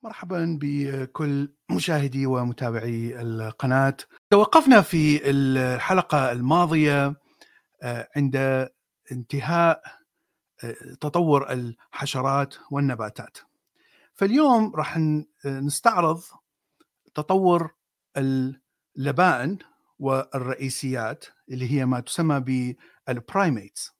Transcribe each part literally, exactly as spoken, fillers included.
مرحبا بكل مشاهدي ومتابعي القناة. توقفنا في الحلقة الماضية عند انتهاء تطور الحشرات والنباتات، فاليوم راح نستعرض تطور اللبائن والرئيسيات اللي هي ما تسمى بالبرايميتس.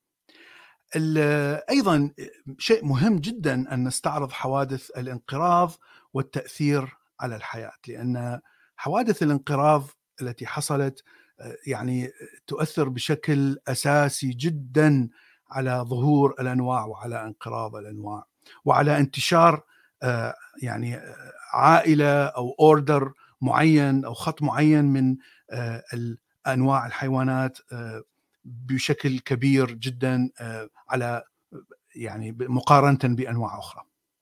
أيضا شيء مهم جدا أن نستعرض حوادث الانقراض والتأثير على الحياة، لأن حوادث الانقراض التي حصلت يعني تؤثر بشكل أساسي جدا على ظهور الأنواع وعلى انقراض الأنواع وعلى انتشار يعني عائلة أو أوردر معين أو خط معين من الأنواع الحيوانات بشكل كبير جدا على يعني مقارنة بأنواع أخرى.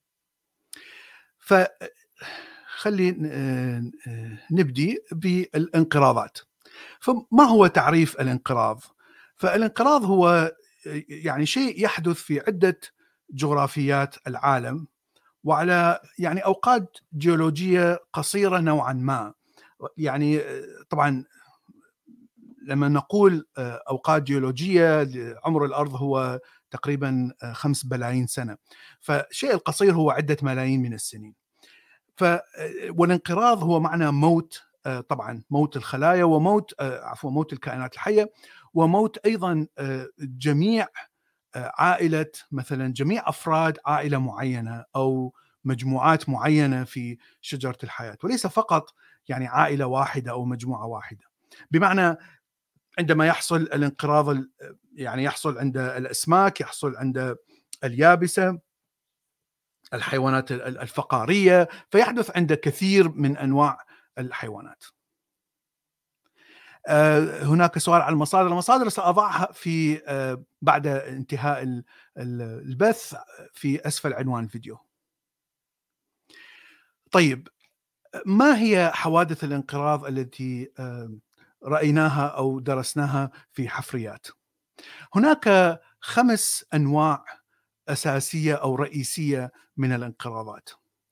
فخلي نبدي بالانقراضات. فما هو تعريف الانقراض؟ فالانقراض هو يعني شيء يحدث في عدة جغرافيات العالم وعلى يعني أوقات جيولوجية قصيرة نوعا ما. يعني طبعا لما نقول أوقات جيولوجية، عمر الأرض هو تقريبا خمس بلايين سنة، فالشيء القصير هو عدة ملايين من السنين. ف والانقراض هو معنى موت، طبعا موت الخلايا وموت عفوا موت الكائنات الحية، وموت أيضا جميع عائلة، مثلا جميع أفراد عائلة معينة أو مجموعات معينة في شجرة الحياة، وليس فقط يعني عائلة واحدة أو مجموعة واحدة. بمعنى عندما يحصل الانقراض يعني يحصل عند الأسماك، يحصل عند اليابسة، الحيوانات الفقارية، فيحدث عند كثير من أنواع الحيوانات. هناك سؤال عن المصادر. المصادر سأضعها في بعد انتهاء البث في أسفل عنوان الفيديو. طيب، ما هي حوادث الانقراض التي رأيناها أو درسناها في حفريات؟ هناك خمس أنواع أساسية أو رئيسية من الانقراضات،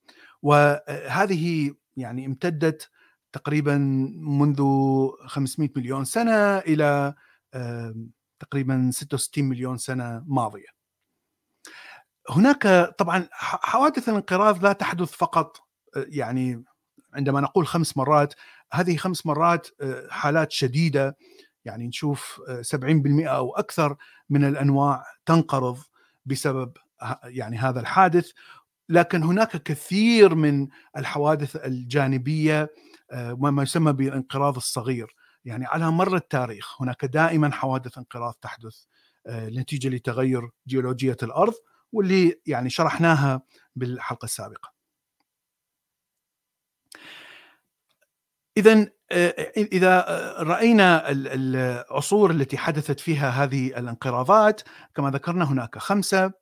وهذه يعني امتدت تقريبا منذ خمسمائة مليون سنة إلى تقريبا ستة وستين مليون سنة ماضية. هناك طبعا حوادث الانقراض لا تحدث فقط يعني عندما نقول خمس مرات، هذه خمس مرات حالات شديدة، يعني نشوف سبعين بالمئة أو أكثر من الأنواع تنقرض بسبب يعني هذا الحادث. لكن هناك كثير من الحوادث الجانبية وما يسمى بالانقراض الصغير، يعني على مر التاريخ هناك دائما حوادث انقراض تحدث نتيجة لتغير جيولوجية الأرض، واللي يعني شرحناها بالحلقة السابقة. إذن إذا رأينا العصور التي حدثت فيها هذه الانقراضات كما ذكرنا، هناك خمسة.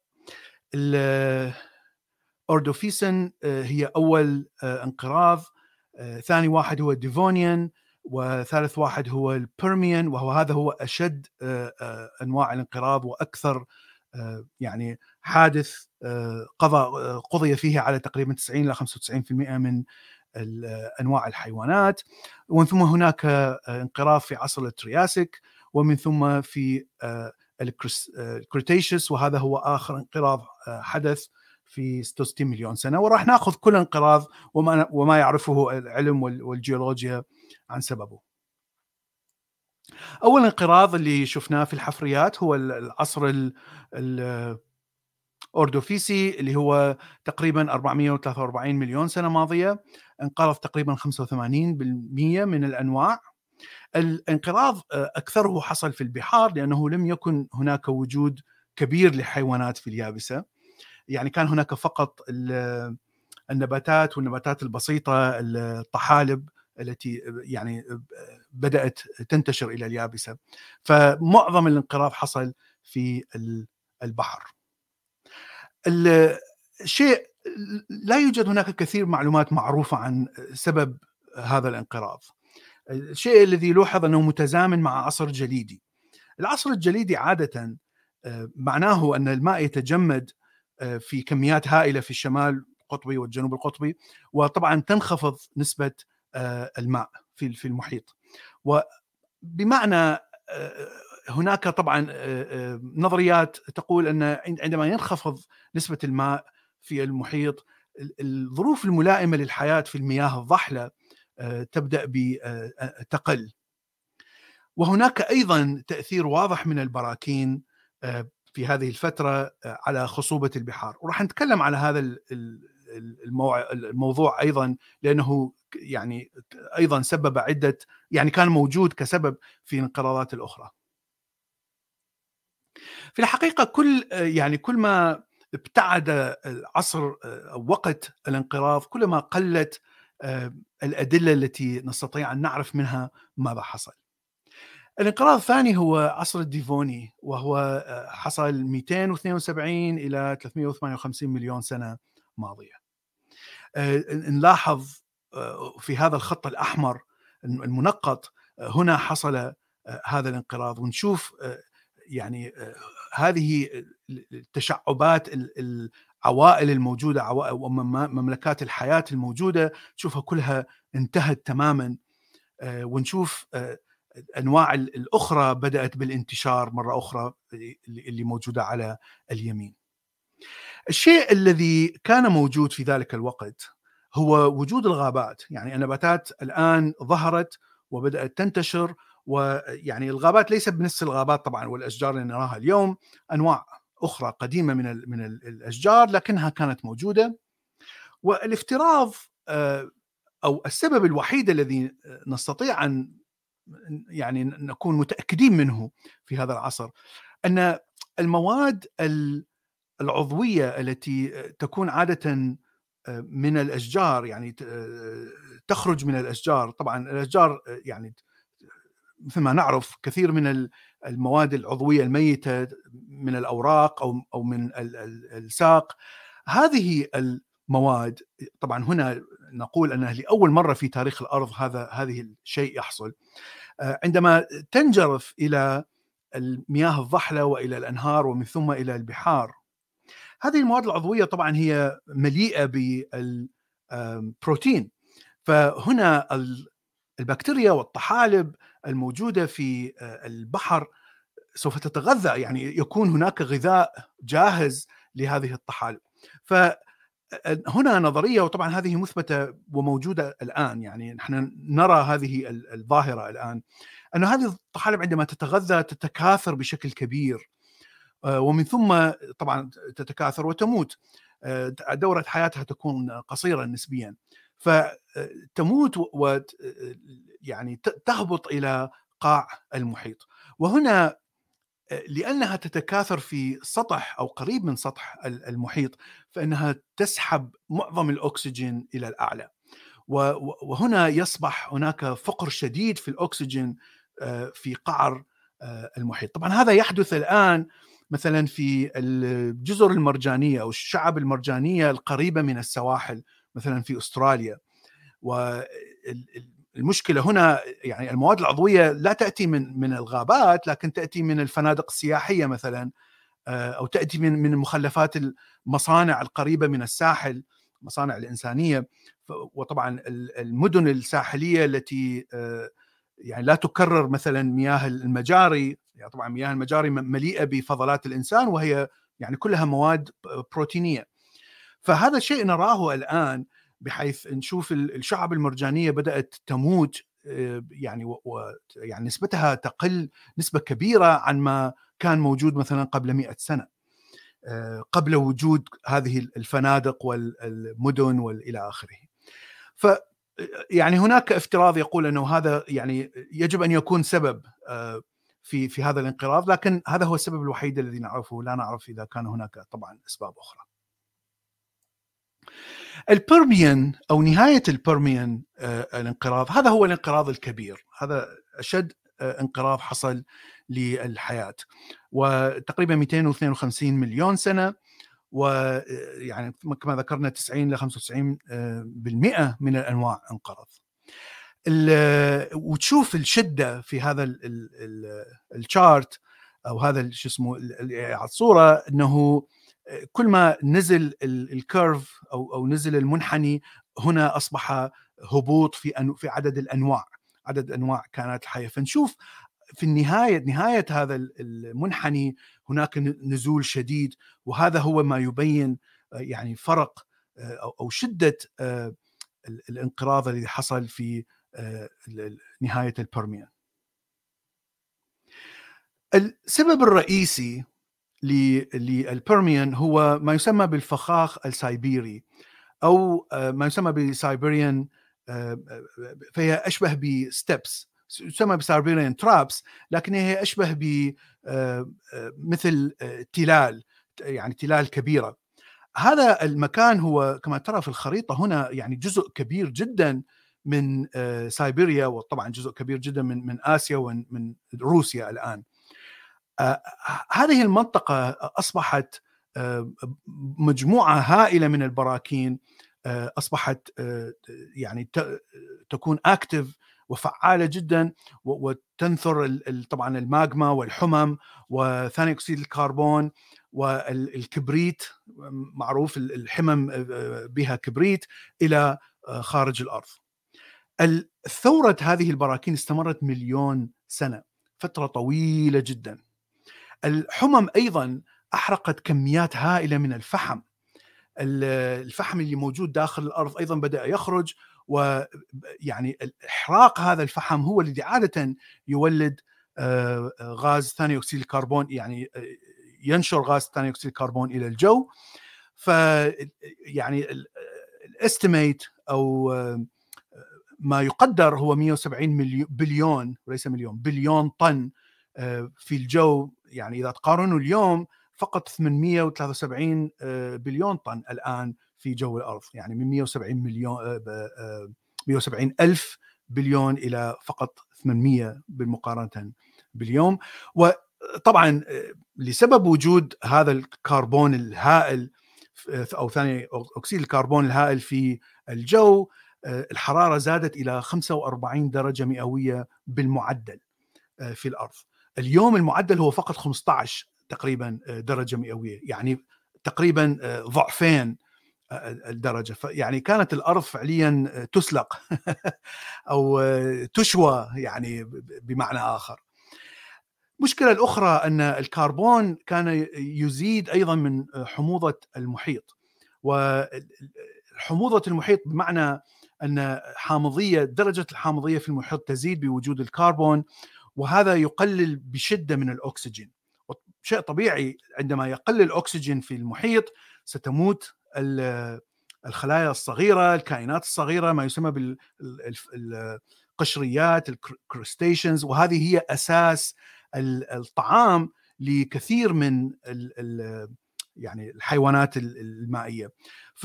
الأوردوفيسن هي أول انقراض، ثاني واحد هو الديفونيان، وثالث واحد هو البيرميان، وهو هذا هو أشد أنواع الانقراض وأكثر يعني حادث قضى قضي فيه على تقريبا تسعين إلى خمسة وتسعين بالمئة من أنواع الحيوانات. ومن ثم هناك انقراض في عصر الترياسيك، ومن ثم في الكريتيشس، وهذا هو آخر انقراض حدث في ستة وستين مليون سنة. وراح نأخذ كل انقراض وما, وما يعرفه العلم والجيولوجيا عن سببه. أول انقراض اللي شفناه في الحفريات هو العصر ال ال أوردوفيسي، اللي هو تقريبا أربعمائة وثلاثة وأربعين مليون سنة ماضية. انقرض تقريبا خمسة وثمانين بالمئة من الأنواع. الانقراض أكثره حصل في البحار، لأنه لم يكن هناك وجود كبير لحيوانات في اليابسة، يعني كان هناك فقط النباتات والنباتات البسيطة، الطحالب التي يعني بدأت تنتشر إلى اليابسة، فمعظم الانقراض حصل في البحر. الشيء لا يوجد هناك كثير معلومات معروفة عن سبب هذا الانقراض. الشيء الذي يلوحظ أنه متزامن مع عصر جليدي. العصر الجليدي عادة معناه أن الماء يتجمد في كميات هائلة في الشمال القطبي والجنوب القطبي، وطبعا تنخفض نسبة الماء في في المحيط. وبمعنى هناك طبعا نظريات تقول أن عندما ينخفض نسبة الماء في المحيط، الظروف الملائمة للحياة في المياه الضحلة تبدأ بتقل. وهناك أيضا تأثير واضح من البراكين في هذه الفترة على خصوبة البحار، وراح نتكلم على هذا الموضوع أيضا، لأنه يعني أيضا سبب عدة، يعني كان موجود كسبب في الانقراضات الأخرى. في الحقيقة كل يعني كل ما ابتعد العصر أو وقت الانقراض، كلما قلت الأدلة التي نستطيع أن نعرف منها ماذا حصل. الانقراض الثاني هو عصر الديفوني، وهو حصل مئتين واثنين وسبعين إلى ثلاثمئة وثمانية وخمسين مليون سنة ماضية. نلاحظ في هذا الخط الأحمر المنقط هنا حصل هذا الانقراض، ونشوف يعني هذه التشعبات، العوائل الموجودة ومملكات الحياة الموجودة تشوفها كلها انتهت تماما، ونشوف أنواع الأخرى بدأت بالانتشار مرة أخرى اللي موجودة على اليمين. الشيء الذي كان موجود في ذلك الوقت هو وجود الغابات. يعني النباتات الآن ظهرت وبدأت تنتشر، ويعني الغابات ليست بنفس الغابات طبعا والأشجار اللي نراها اليوم، أنواع أخرى قديمة من من الأشجار لكنها كانت موجودة. والافتراض أو السبب الوحيد الذي نستطيع أن يعني نكون متأكدين منه في هذا العصر أن المواد العضوية التي تكون عادة من الأشجار، يعني تخرج من الأشجار. طبعا الأشجار يعني مثل ما نعرف كثير من المواد العضوية الميتة من الأوراق أو أو من الساق. هذه المواد طبعا هنا نقول أنها لأول مرة في تاريخ الأرض هذا هذه الشيء يحصل عندما تنجرف إلى المياه الضحلة وإلى الأنهار ومن ثم إلى البحار. هذه المواد العضوية طبعا هي مليئة بالبروتين، فهنا البكتيريا والطحالب الموجودة في البحر سوف تتغذى، يعني يكون هناك غذاء جاهز لهذه الطحالب. فهنا نظرية، وطبعا هذه مثبتة وموجودة الآن، يعني نحن نرى هذه الظاهرة الآن، أن هذه الطحالب عندما تتغذى تتكاثر بشكل كبير، ومن ثم طبعا تتكاثر وتموت. دورة حياتها تكون قصيرة نسبيا، فتموت ويعني تهبط إلى قاع المحيط. وهنا لأنها تتكاثر في سطح أو قريب من سطح المحيط، فإنها تسحب معظم الأكسجين إلى الأعلى، وهنا يصبح هناك فقر شديد في الأكسجين في قعر المحيط. طبعا هذا يحدث الآن مثلا في الجزر المرجانية أو الشعب المرجانية القريبة من السواحل، مثلا في أستراليا. والمشكلة هنا يعني المواد العضوية لا تأتي من من الغابات، لكن تأتي من الفنادق السياحية مثلا، أو تأتي من من مخلفات المصانع القريبة من الساحل، مصانع الإنسانية. وطبعا المدن الساحلية التي يعني لا تكرر مثلا مياه المجاري، يعني طبعا مياه المجاري مليئة بفضلات الإنسان وهي يعني كلها مواد بروتينية. فهذا الشيء نراه الآن، بحيث نشوف الشعب المرجانية بدأت تموت، يعني ويعني نسبتها تقل نسبة كبيرة عن ما كان موجود مثلا قبل مئة سنة، قبل وجود هذه الفنادق والمدن والإلى آخره. ف يعني هناك افتراض يقول أنه هذا يعني يجب أن يكون سبب في في هذا الانقراض، لكن هذا هو السبب الوحيد الذي نعرفه، لا نعرف إذا كان هناك طبعا أسباب أخرى. البرميان أو نهاية البرميان الانقراض، هذا هو الانقراض الكبير، هذا أشد انقراض حصل للحياة، وتقريبا مئتين واثنين وخمسين مليون سنة، ويعني كما ذكرنا تسعين إلى خمسة وتسعين بالمئة من الأنواع انقرض. وتشوف الشدة في هذا الشارت أو هذا شو اسمه الصورة، أنه كل ما نزل الكيرف أو أو نزل المنحني هنا أصبح هبوط في في عدد الأنواع، عدد أنواع كانت الحياة. فنشوف في النهاية نهاية هذا المنحني هناك نزول شديد، وهذا هو ما يبين يعني فرق أو شدة الانقراض الذي حصل في نهاية البرميان. السبب الرئيسي للبرميان هو ما يسمى بالفخاخ السيبيري أو ما يسمى بسايبيريان، فهي أشبه بستبس، يسمى بسايبيريان ترابس، لكن هي أشبه ب مثل تلال، يعني تلال كبيرة. هذا المكان هو كما ترى في الخريطة هنا يعني جزء كبير جدا من سيبيريا، وطبعا جزء كبير جدا من من آسيا ومن روسيا الآن. هذه المنطقة أصبحت مجموعة هائلة من البراكين، أصبحت يعني تكون أكتف وفعالة جدا، وتنثر طبعا الماغما والحمم وثاني أكسيد الكربون والكبريت، معروف الحمم بها كبريت، إلى خارج الأرض. الثورة هذه البراكين استمرت مليون سنة، فترة طويلة جدا. الحمم أيضا أحرقت كميات هائلة من الفحم. الفحم اللي موجود داخل الأرض أيضا بدأ يخرج، ويعني إحراق هذا الفحم هو الذي عادة يولد غاز ثاني أكسيد الكربون، يعني ينشر غاز ثاني أكسيد الكربون إلى الجو. ف يعني الاستيميت أو ما يقدر هو مئة وسبعين مليون بليون وليس مليون بليون طن في الجو. يعني إذا تقارنوا اليوم فقط ثمانمئة وثلاثة وسبعين بليون طن الآن في جو الأرض، يعني من مئة وسبعين مليون مئة وسبعين ألف بليون إلى فقط ثمانمئة بالمقارنة باليوم. وطبعا لسبب وجود هذا الكربون الهائل أو ثاني أكسيد الكربون الهائل في الجو، الحرارة زادت إلى خمسة وأربعين درجة مئوية بالمعدل في الأرض. اليوم المعدل هو فقط خمسة عشر تقريبا درجة مئوية، يعني تقريبا ضعفين الدرجة. يعني كانت الأرض فعليا تسلق أو تشوى يعني بمعنى آخر. المشكلة الأخرى أن الكربون كان يزيد أيضا من حموضة المحيط، وحموضة المحيط بمعنى أن حامضية درجة الحامضية في المحيط تزيد بوجود الكربون، وهذا يقلل بشدة من الأكسجين. شيء طبيعي، عندما يقل الأكسجين في المحيط ستموت الخلايا الصغيرة، الكائنات الصغيرة، ما يسمى بالقشريات، الكروستيشنز، وهذه هي أساس الطعام لكثير من يعني الحيوانات المائية. ف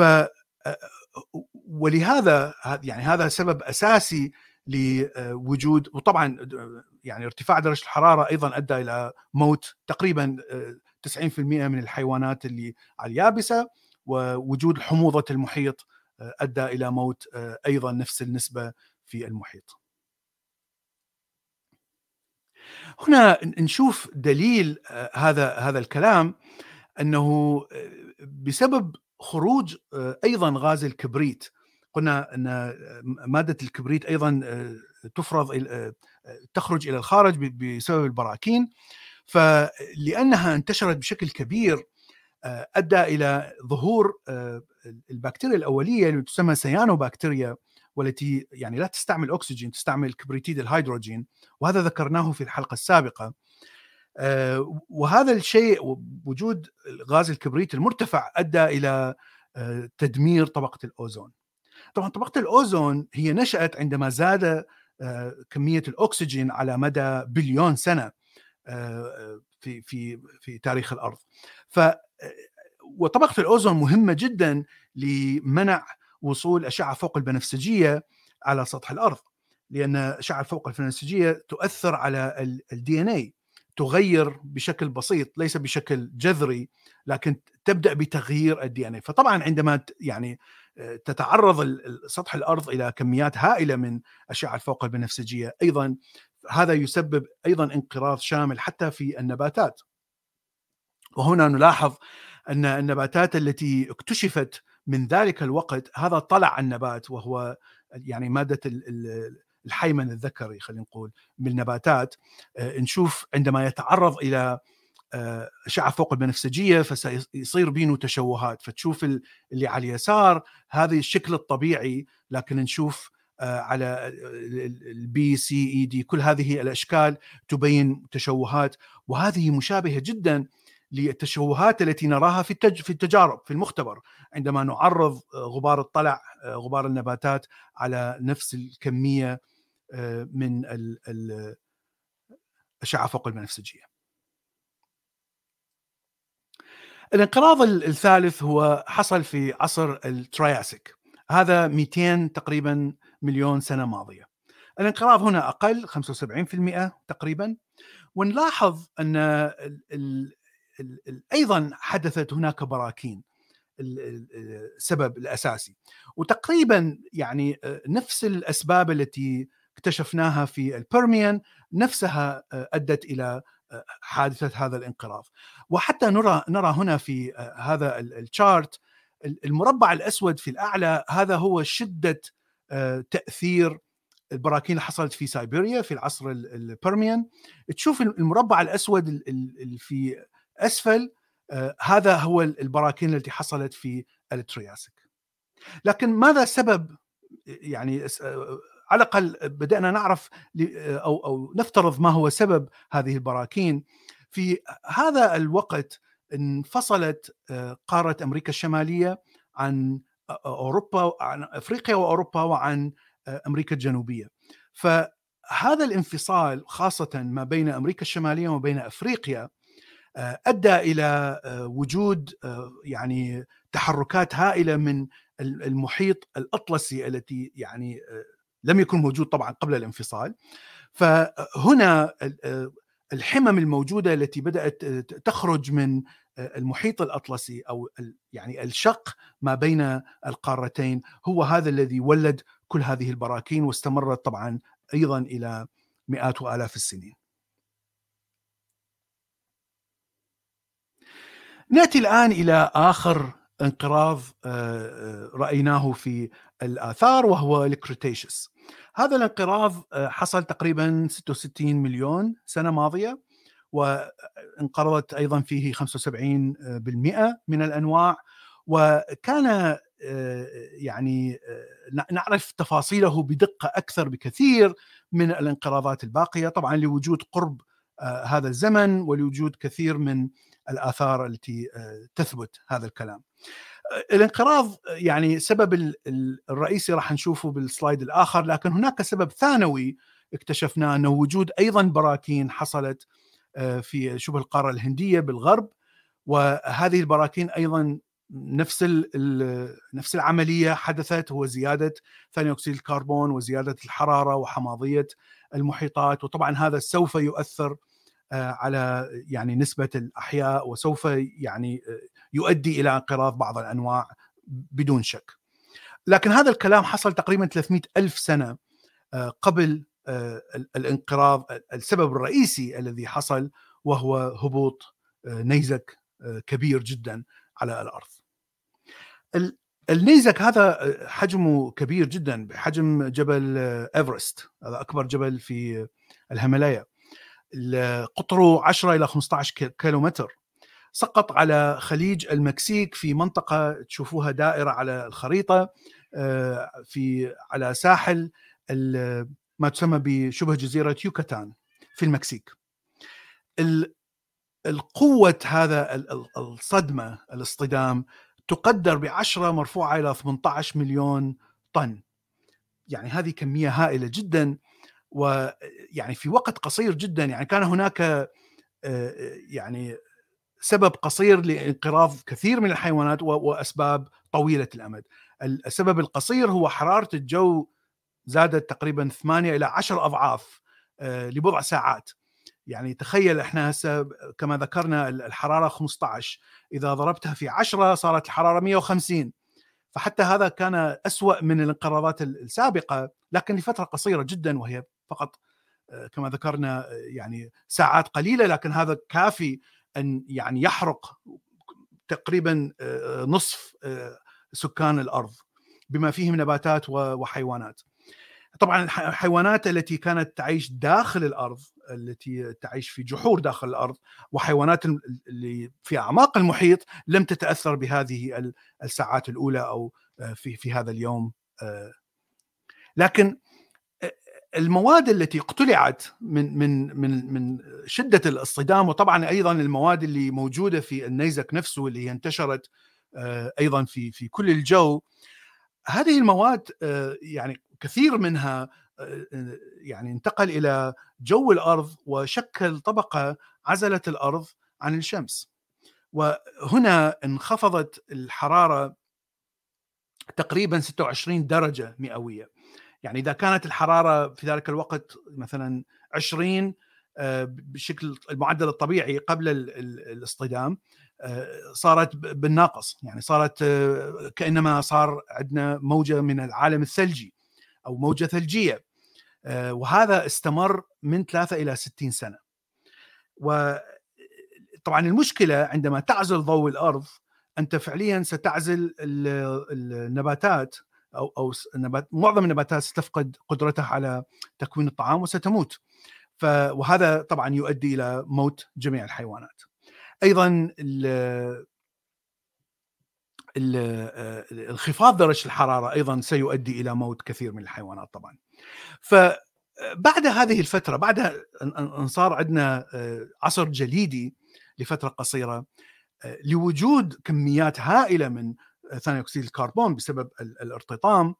ولهذا يعني هذا سبب أساسي لوجود، وطبعا يعني ارتفاع درجة الحرارة أيضا أدى إلى موت تقريبا تسعين بالمئة من الحيوانات اللي على اليابسة، ووجود حموضة المحيط أدى إلى موت أيضا نفس النسبة في المحيط. هنا نشوف دليل هذا هذا الكلام، أنه بسبب خروج أيضا غاز الكبريت. قلنا أن مادة الكبريت أيضا تفرض تخرج إلى الخارج بسبب البراكين، فلأنها انتشرت بشكل كبير أدى إلى ظهور البكتيريا الأولية اللي تسمى سيانوبكتيريا، والتي يعني لا تستعمل أكسجين، تستعمل كبريتيد الهيدروجين، وهذا ذكرناه في الحلقة السابقة. وهذا الشيء، وجود غاز الكبريت المرتفع، أدى إلى تدمير طبقة الأوزون. طبعا طبقة الأوزون هي نشأت عندما زاد كمية الأكسجين على مدى بليون سنة في في في تاريخ الأرض. ف وطبقة الأوزون مهمة جدا لمنع وصول أشعة فوق البنفسجية على سطح الأرض، لأن أشعة فوق البنفسجية تؤثر على الدي إن إيه، تغير بشكل بسيط ليس بشكل جذري، لكن تبدأ بتغيير الدي إن إيه. فطبعا عندما يعني تتعرض سطح الأرض إلى كميات هائلة من أشعة فوق البنفسجية، أيضا هذا يسبب أيضا انقراض شامل حتى في النباتات. وهنا نلاحظ أن النباتات التي اكتشفت من ذلك الوقت، هذا طلع النبات وهو يعني مادة الحيمن الذكري خلينا نقول بالنباتات، نشوف عندما يتعرض إلى أشعة فوق البنفسجية فسيصير بينه تشوهات، فتشوف اللي على اليسار هذا الشكل الطبيعي، لكن نشوف على البي سي اي دي كل هذه الأشكال تبين تشوهات، وهذه مشابهة جدا للتشوهات التي نراها في في التجارب في المختبر عندما نعرض غبار الطلع غبار النباتات على نفس الكمية من الأشعة فوق البنفسجية. الانقراض الثالث هو حصل في عصر الترياسيك، هذا مئتين تقريبا مليون سنة ماضية. الانقراض هنا أقل خمسة وسبعين بالمئة تقريبا، ونلاحظ أن ال ال ال أيضا حدثت هناك براكين السبب الأساسي، وتقريبا يعني نفس الأسباب التي اكتشفناها في البرميان نفسها أدت إلى حادثة هذا الانقراض. وحتى نرى نرى هنا في هذا الشارت المربع الأسود في الأعلى، هذا هو شدة تأثير البراكين اللي حصلت في سيبيريا في العصر البرميان. تشوف المربع الأسود اللي في أسفل هذا هو البراكين التي حصلت في الترياسيك. لكن ماذا سبب، يعني على الأقل بدأنا نعرف أو أو نفترض ما هو سبب هذه البراكين. في هذا الوقت انفصلت قارة أمريكا الشمالية عن أوروبا، عن أفريقيا وأوروبا وعن أمريكا الجنوبية. فهذا الانفصال خاصة ما بين أمريكا الشمالية وبين أفريقيا أدى إلى وجود يعني تحركات هائلة من المحيط الأطلسي التي يعني لم يكن موجود طبعا قبل الانفصال. فهنا الحمم الموجودة التي بدأت تخرج من المحيط الأطلسي أو يعني الشق ما بين القارتين هو هذا الذي ولد كل هذه البراكين، واستمرت طبعا أيضا إلى مئات وآلاف السنين. نأتي الآن إلى آخر انقراض رأيناه في الآثار وهو الكريتيشس. هذا الانقراض حصل تقريبا ستة وستين مليون سنة ماضية، وانقرضت أيضا فيه خمسة وسبعين بالمئة من الأنواع، وكان يعني نعرف تفاصيله بدقة أكثر بكثير من الانقراضات الباقية، طبعا لوجود قرب هذا الزمن ولوجود كثير من الآثار التي تثبت هذا الكلام. الانقراض يعني سبب الرئيسي راح نشوفه بالسلايد الآخر، لكن هناك سبب ثانوي اكتشفناه، أنه وجود أيضا براكين حصلت في شبه القارة الهندية بالغرب، وهذه البراكين أيضا نفس نفس العملية حدثت، هو زيادة ثاني أكسيد الكربون وزيادة الحرارة وحماضية المحيطات، وطبعا هذا سوف يؤثر على يعني نسبة الأحياء وسوف يعني يؤدي إلى انقراض بعض الأنواع بدون شك. لكن هذا الكلام حصل تقريبا ثلاثمئة ألف سنة قبل الانقراض. السبب الرئيسي الذي حصل وهو هبوط نيزك كبير جدا على الأرض. النيزك هذا حجمه كبير جدا، بحجم جبل إيفرست، هذا أكبر جبل في الهيمالايا، قطره عشرة إلى خمسة عشر كيلومتر. سقط على خليج المكسيك في منطقة تشوفوها دائرة على الخريطة، في على ساحل ما تسمى بشبه جزيرة يوكاتان في المكسيك. القوة هذا الصدمة الاصطدام تقدر بعشرة مرفوعة إلى ثمانية عشر مليون طن، يعني هذه كمية هائلة جدا، ويعني في وقت قصير جدا. يعني كان هناك يعني سبب قصير لانقراض كثير من الحيوانات وأسباب طويلة الأمد. السبب القصير هو حرارة الجو زادت تقريبا ثمانية إلى عشر أضعاف لبضع ساعات. يعني تخيل احنا هسه كما ذكرنا الحرارة خمسة عشر، إذا ضربتها في عشرة صارت الحرارة مئة وخمسين، فحتى هذا كان أسوأ من الانقراضات السابقة، لكن لفترة قصيرة جدا، وهي فقط كما ذكرنا يعني ساعات قليلة، لكن هذا كافي أن يعني يحرق تقريبا نصف سكان الأرض بما فيهم نباتات وحيوانات. طبعا الحيوانات التي كانت تعيش داخل الأرض، التي تعيش في جحور داخل الأرض، وحيوانات اللي في أعماق المحيط لم تتأثر بهذه الساعات الأولى أو في في هذا اليوم. لكن المواد التي اقتلعت من من من من شدة الاصطدام، وطبعا أيضا المواد اللي موجودة في النيزك نفسه اللي هي انتشرت أيضا في في كل الجو، هذه المواد يعني كثير منها يعني انتقل إلى جو الأرض وشكل طبقة عزلت الأرض عن الشمس، وهنا انخفضت الحرارة تقريبا ستة وعشرين درجة مئوية. يعني إذا كانت الحرارة في ذلك الوقت مثلا عشرين بشكل المعدل الطبيعي قبل الاصطدام، صارت بالناقص، يعني صارت كأنما صار عندنا موجة من العالم الثلجي أو موجة ثلجية، وهذا استمر من ثلاثة إلى ستين سنة. وطبعا المشكلة عندما تعزل ضوء الأرض أنت فعليا ستعزل النباتات أو أو نبات معظم النباتات ستفقد قدرتها على تكوين الطعام وستموت، ف وهذا طبعا يؤدي إلى موت جميع الحيوانات. أيضا انخفاض درجة الحرارة أيضا سيؤدي إلى موت كثير من الحيوانات طبعا. فبعد هذه الفترة، بعد أن صار عندنا عصر جليدي لفترة قصيرة، لوجود كميات هائلة من ثاني أكسيد الكربون بسبب الارتطام،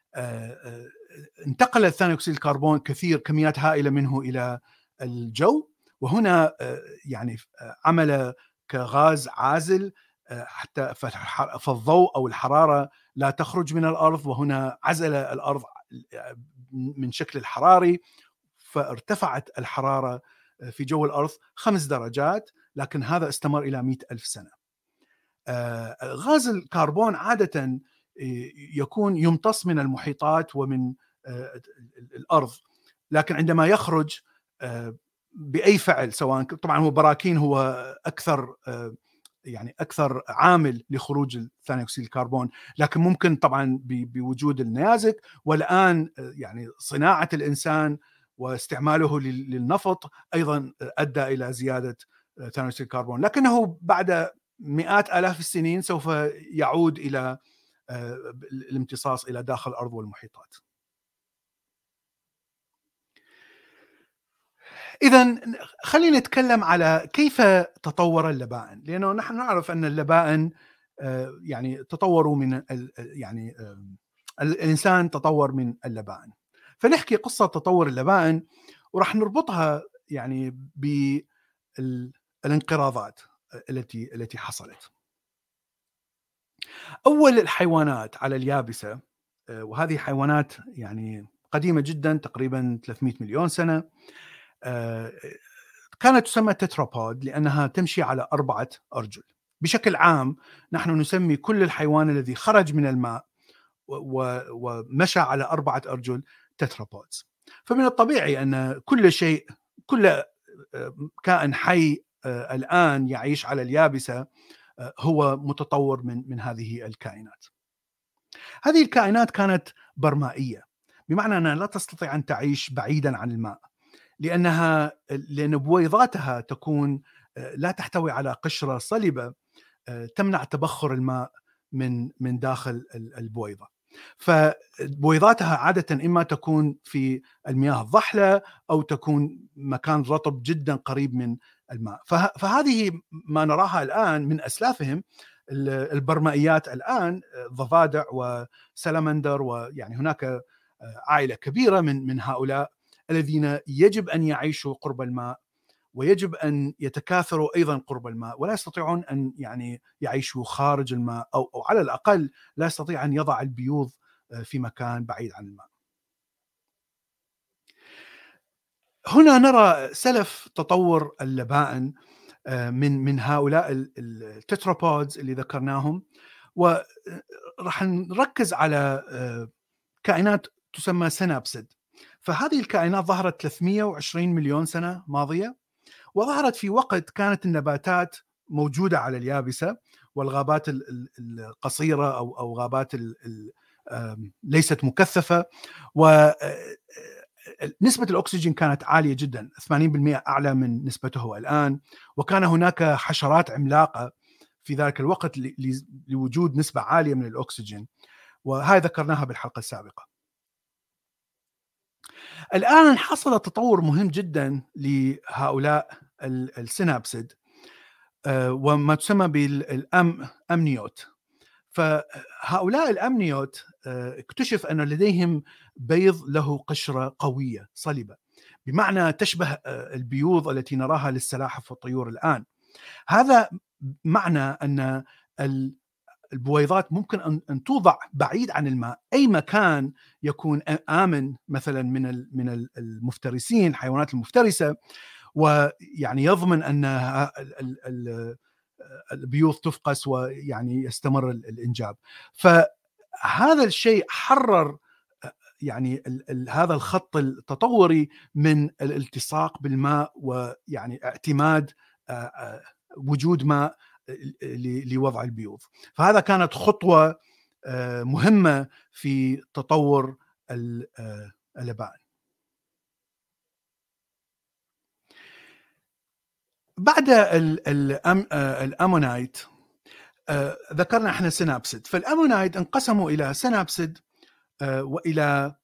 انتقل ثاني أكسيد الكربون كثير كميات هائلة منه إلى الجو، وهنا يعني عمل كغاز عازل حتى فالضوء أو الحرارة لا تخرج من الأرض، وهنا عزل الأرض من شكل الحراري، فارتفعت الحرارة في جو الأرض خمس درجات، لكن هذا استمر إلى مئة ألف سنة. غاز الكربون عادة يكون يمتص من المحيطات ومن الأرض، لكن عندما يخرج بأي فعل، سواء طبعا هو براكين هو أكثر يعني أكثر عامل لخروج ثاني أكسيد الكربون، لكن ممكن طبعا بوجود النيازك، والآن يعني صناعة الإنسان واستعماله للنفط أيضا أدى إلى زيادة ثاني أكسيد الكربون، لكنه بعد مئات آلاف السنين سوف يعود إلى الامتصاص إلى داخل الأرض والمحيطات. إذن خلينا نتكلم على كيف تطور اللبائن، لأنه نحن نعرف أن اللبائن يعني تطوروا من يعني الإنسان تطور من اللبائن، فنحكي قصة تطور اللبائن وراح نربطها يعني بالانقراضات التي التي حصلت. أول الحيوانات على اليابسة، وهذه حيوانات يعني قديمة جدا تقريبا ثلاثمئة مليون سنة، كانت تسمى تترابود لأنها تمشي على أربعة أرجل. بشكل عام نحن نسمي كل الحيوان الذي خرج من الماء ومشى على أربعة أرجل تترابودز. فمن الطبيعي أن كل شيء، كل كائن حي الآن يعيش على اليابسة هو متطور من من هذه الكائنات. هذه الكائنات كانت برمائية، بمعنى أنها لا تستطيع أن تعيش بعيدا عن الماء، لأنها لأن بويضاتها تكون لا تحتوي على قشرة صلبة تمنع تبخر الماء من من داخل البويضة. فبويضاتها عادة إما تكون في المياه الضحلة أو تكون مكان رطب جدا قريب من الماء. فهذه ما نراها الآن من أسلافهم البرمائيات الآن، ضفادع وسلمندر، ويعني هناك عائلة كبيرة من من هؤلاء الذين يجب أن يعيشوا قرب الماء، ويجب أن يتكاثروا أيضا قرب الماء، ولا يستطيعون أن يعني يعيشوا خارج الماء، أو, أو على الأقل لا يستطيع أن يضع البيوض في مكان بعيد عن الماء. هنا نرى سلف تطور اللبائن من من هؤلاء التترابودز اللي ذكرناهم، وراح نركز على كائنات تسمى سينابسيد. فهذه الكائنات ظهرت ثلاثمئة وعشرين مليون سنة ماضية، وظهرت في وقت كانت النباتات موجودة على اليابسة، والغابات القصيرة أو أو غابات ليست مكثفة، ونسبة الأكسجين كانت عالية جدا، ثمانين بالمئة أعلى من نسبته الآن، وكان هناك حشرات عملاقة في ذلك الوقت لوجود نسبة عالية من الأكسجين، وهذا ذكرناها بالحلقة السابقة. الآن حصل تطور مهم جدا لهؤلاء السينابسيد وما تسمى بالأم أمنيوت. فهؤلاء الأمنيوت اكتشف أن لديهم بيض له قشرة قوية صلبة، بمعنى تشبه البيوض التي نراها للسلاحف والطيور الآن. هذا معنى أن البويضات ممكن أن توضع بعيد عن الماء، أي مكان يكون آمن مثلا من من المفترسين، الحيوانات المفترسة، ويعني يضمن أن البيوض تفقس ويعني يستمر الإنجاب. فهذا الشيء حرر يعني هذا الخط التطوري من الالتصاق بالماء، ويعني اعتماد وجود ماء لوضع البيوض. فهذا كانت خطوة مهمة في تطور اللبان. بعد الأمونايت ذكرنا احنا سينابسيد. فالأمونايت انقسموا إلى سينابسيد وإلى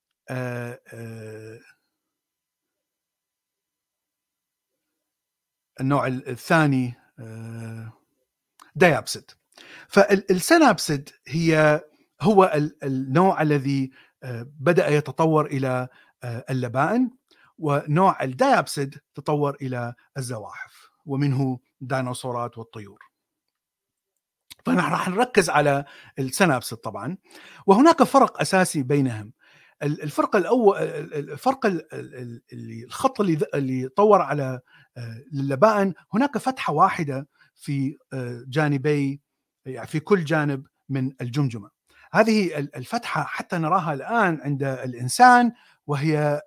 النوع الثاني ديابسيد. فالسينابسيد هي هو النوع الذي بدأ يتطور إلى اللبائن، ونوع الديابسيد تطور إلى الزواحف، ومنه الديناصورات والطيور. فنحن راح نركز على السينابسيد طبعا، وهناك فرق أساسي بينهم. الفرق الأول، الفرق اللي الخط اللي اللي طور على اللبائن، هناك فتحة واحدة في جانبي، يعني في كل جانب من الجمجمة. هذه الفتحة حتى نراها الآن عند الإنسان، وهي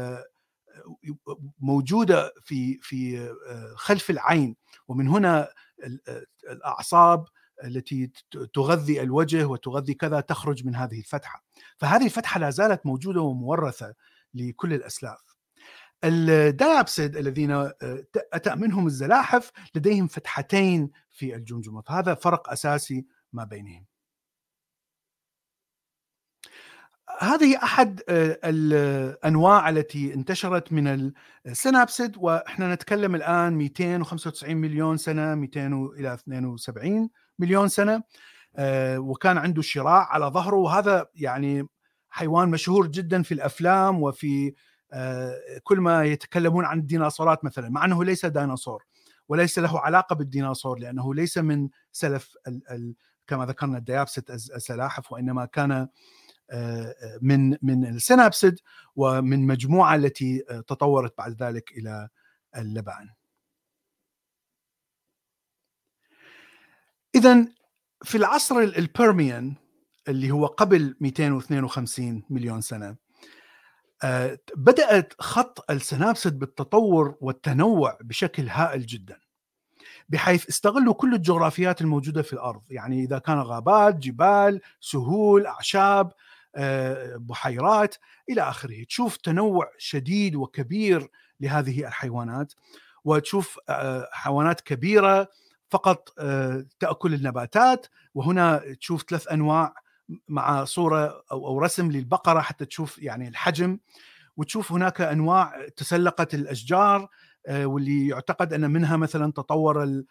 موجودة في في خلف العين، ومن هنا الأعصاب التي تغذي الوجه وتغذي كذا تخرج من هذه الفتحة. فهذه الفتحة لا زالت موجودة ومورثة لكل الأسلاف. الديابسيد الذين أتى منهم الزلاحف لديهم فتحتين في الجمجمة، فهذا فرق أساسي ما بينهم. هذه أحد الأنواع التي انتشرت من السينابسيد، وإحنا نتكلم الآن مئتين وخمسة وتسعين مليون سنة، مئتين إلى اثنين وسبعين مليون سنة، وكان عنده شراع على ظهره. وهذا يعني حيوان مشهور جدا في الأفلام وفي كل ما يتكلمون عن الديناصورات مثلا، مع أنه ليس ديناصور وليس له علاقة بالديناصور، لأنه ليس من سلف كما ذكرنا الديابسيد السلاحف، وإنما كان من من السينابسيد ومن مجموعة التي تطورت بعد ذلك إلى اللبان. إذن في العصر البيرميان اللي هو قبل مئتين واثنين وخمسين مليون سنة، بدأت خط السينابسيد بالتطور والتنوع بشكل هائل جدا، بحيث استغلوا كل الجغرافيات الموجودة في الأرض. يعني إذا كان غابات، جبال، سهول، أعشاب، بحيرات إلى آخره، تشوف تنوع شديد وكبير لهذه الحيوانات، وتشوف حيوانات كبيرة فقط تأكل النباتات، وهنا تشوف ثلاث أنواع مع صورة أو رسم للبقرة حتى تشوف يعني الحجم، وتشوف هناك أنواع تسلقت الأشجار واللي يعتقد أن منها مثلا تطور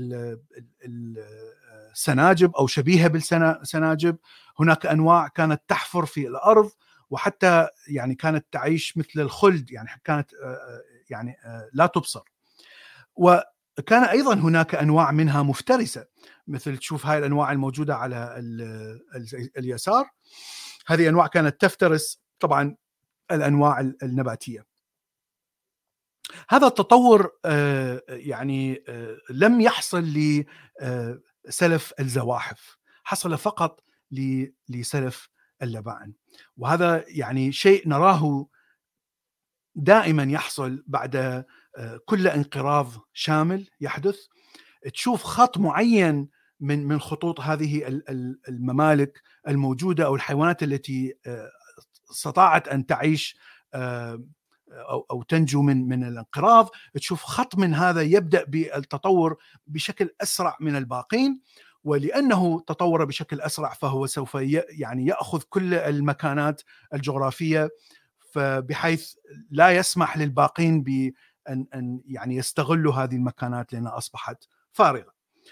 السناجب أو شبيهة بالسناجب. هناك أنواع كانت تحفر في الأرض، وحتى يعني كانت تعيش مثل الخلد، يعني كانت يعني لا تبصر. وكان أيضا هناك أنواع منها مفترسة، مثل تشوف هاي الأنواع الموجودة على اليسار، هذه أنواع كانت تفترس طبعا الأنواع النباتية. هذا التطور يعني لم يحصل لسلف الزواحف، حصل فقط لسلف اللبان، وهذا يعني شيء نراه دائما يحصل بعد كل انقراض شامل يحدث. تشوف خط معين من من خطوط هذه الممالك الموجودة أو الحيوانات التي استطاعت أن تعيش أو أو تنجو من من الانقراض. تشوف خط من هذا يبدأ بالتطور بشكل أسرع من الباقين، ولأنه تطور بشكل أسرع فهو سوف يعني يأخذ كل المكانات الجغرافية، فبحيث لا يسمح للباقين بأن أن يعني يستغلوا هذه المكانات لأنها أصبحت فارغة.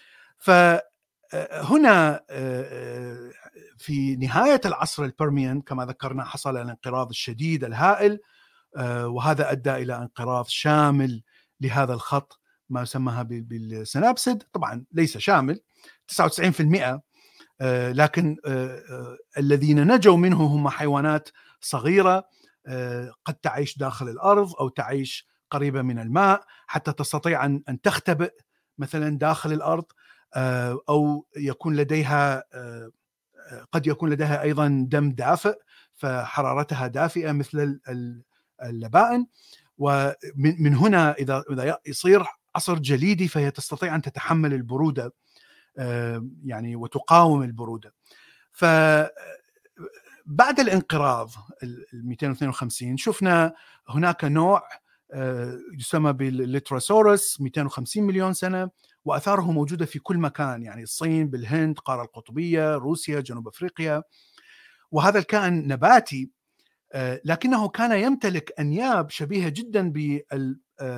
فهنا في نهاية العصر البرميان كما ذكرنا حصل الانقراض الشديد الهائل، وهذا أدى إلى انقراض شامل لهذا الخط ما يسمى بالسنابسيد. طبعا ليس شامل تسعة وتسعين بالمئة، لكن الذين نجوا منه هم حيوانات صغيرة قد تعيش داخل الأرض أو تعيش قريبة من الماء حتى تستطيع أن تختبئ مثلا داخل الأرض، أو يكون لديها قد يكون لديها أيضا دم دافئ فحرارتها دافئة مثل اللبائن. ومن هنا إذا إذا يصير عصر جليدي فهي تستطيع أن تتحمل البرودة يعني وتقاوم البرودة. فبعد الانقراض ال مئتين واثنين وخمسين شفنا هناك نوع يسمى بالليتروسورس مئتين وخمسين مليون سنة، وأثاره موجودة في كل مكان، يعني الصين، بالهند، القارة القطبية، روسيا، جنوب أفريقيا. وهذا الكائن نباتي لكنه كان يمتلك أنياب شبيهة جدا بال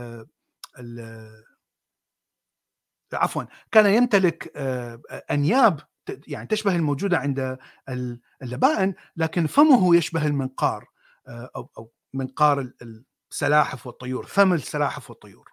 عفوا كان يمتلك أنياب يعني تشبه الموجودة عند اللبائن، لكن فمه يشبه المنقار أو أو منقار السلاحف والطيور، فم السلاحف والطيور.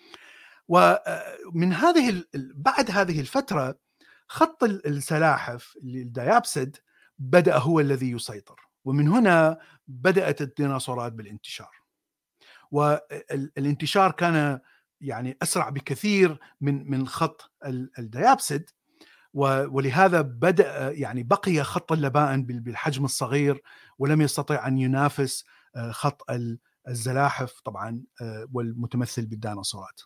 ومن هذه بعد هذه الفترة خط السلاحف الديابسيد بدأ هو الذي يسيطر، ومن هنا بدأت الديناصورات بالانتشار. والانتشار كان يعني أسرع بكثير من من خط الديابسيد، ولهذا بدأ يعني بقي خط اللبائن بالحجم الصغير ولم يستطيع أن ينافس خط الزلاحف طبعا والمتمثل بالديناصورات.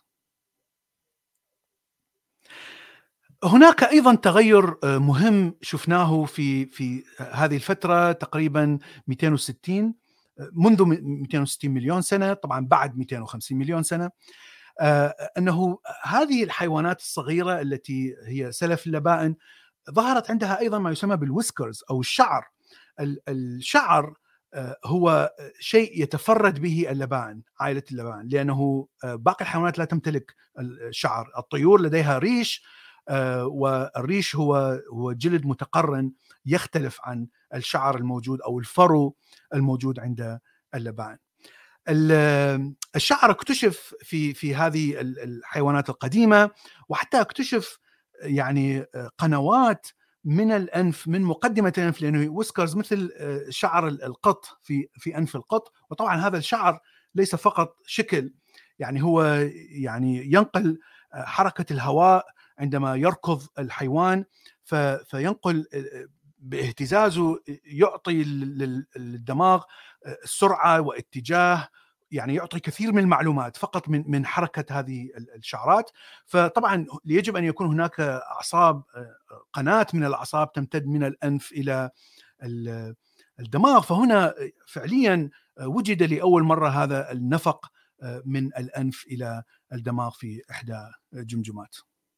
هناك أيضا تغير مهم شفناه في في هذه الفترة تقريبا مئتين وستين منذ مئتين وستين مليون سنة، طبعا بعد مئتين وخمسين مليون سنة، أنه هذه الحيوانات الصغيرة التي هي سلف اللبائن ظهرت عندها أيضا ما يسمى بالويسكرز أو الشعر. الشعر هو شيء يتفرد به اللبائن، عائلة اللبائن، لأنه باقي الحيوانات لا تمتلك الشعر. الطيور لديها ريش، والريش هو هو جلد متقرن يختلف عن الشعر الموجود أو الفرو الموجود عند اللبائن. الشعر اكتشف في في هذه الحيوانات القديمة، وحتى اكتشف يعني قنوات من الأنف، من مقدمة الأنف، لأنه ويسكرز مثل شعر القط في في أنف القط. وطبعا هذا الشعر ليس فقط شكل، يعني هو يعني ينقل حركة الهواء عندما يركض الحيوان، فينقل باهتزازه يعطي للدماغ سرعة واتجاه، يعني يعطي كثير من المعلومات فقط من من حركة هذه الشعرات. فطبعا يجب أن يكون هناك أعصاب، قناة من الأعصاب تمتد من الأنف إلى الدماغ. فهنا فعليا وجد لأول مرة هذا النفق من الأنف إلى الدماغ في إحدى جمجمات.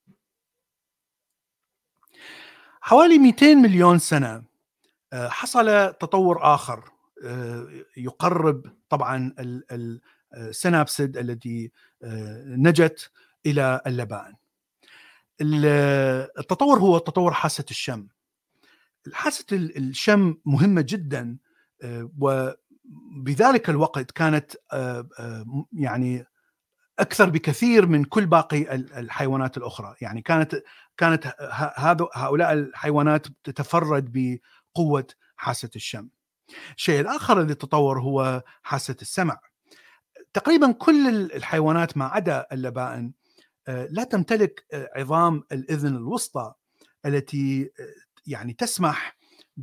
حوالي مئتين مليون سنة حصل تطور آخر يقرب طبعا السنابسيد التي نجت إلى اللبائن. التطور هو تطور حاسة الشم. حاسة الشم مهمة جدا، وبذلك الوقت كانت يعني أكثر بكثير من كل باقي الحيوانات الأخرى. يعني كانت كانت هؤلاء الحيوانات تتفرد بقوة حاسة الشم. الشيء الآخر اللي تطور هو حاسة السمع. تقريبا كل الحيوانات ما عدا اللبائن لا تمتلك عظام الأذن الوسطى التي يعني تسمح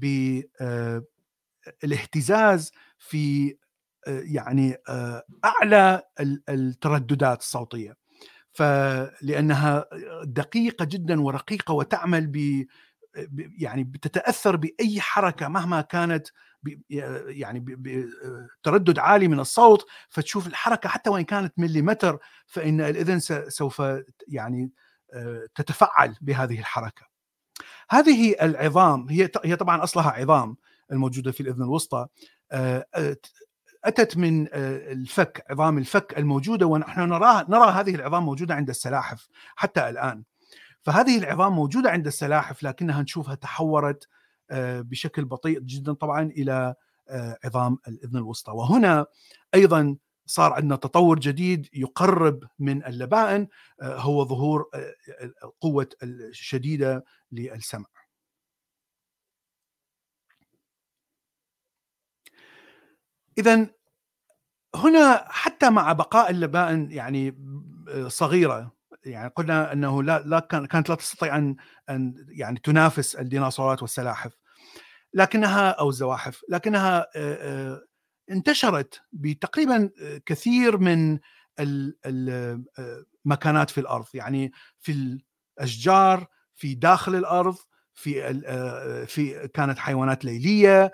بالاهتزاز في يعني أعلى الترددات الصوتية. فلأنها دقيقة جدا ورقيقة وتعمل ب يعني بتتأثر بأي حركة مهما كانت، يعني بتردد عالي من الصوت، فتشوف الحركة حتى وإن كانت مليمتر فإن الإذن سوف يعني تتفاعل بهذه الحركة. هذه العظام هي هي طبعا أصلها عظام الموجودة في الإذن الوسطى، أتت من الفك، عظام الفك الموجودة، ونحن نراها نرى هذه العظام موجودة عند السلاحف حتى الآن. فهذه العظام موجودة عند السلاحف لكنها نشوفها تحورت بشكل بطيء جدا طبعا إلى عظام الإذن الوسطى. وهنا أيضا صار عندنا تطور جديد يقرب من اللبائن، هو ظهور القوة الشديدة للسمع. إذن هنا حتى مع بقاء اللبائن يعني صغيرة، يعني قلنا أنه لا لا كانت لا تستطيع أن أن يعني تنافس الديناصورات والسلاحف، لكنها أو الزواحف، لكنها انتشرت بتقريبا كثير من المكانات في الأرض، يعني في الأشجار، في داخل الأرض، في في كانت حيوانات ليلية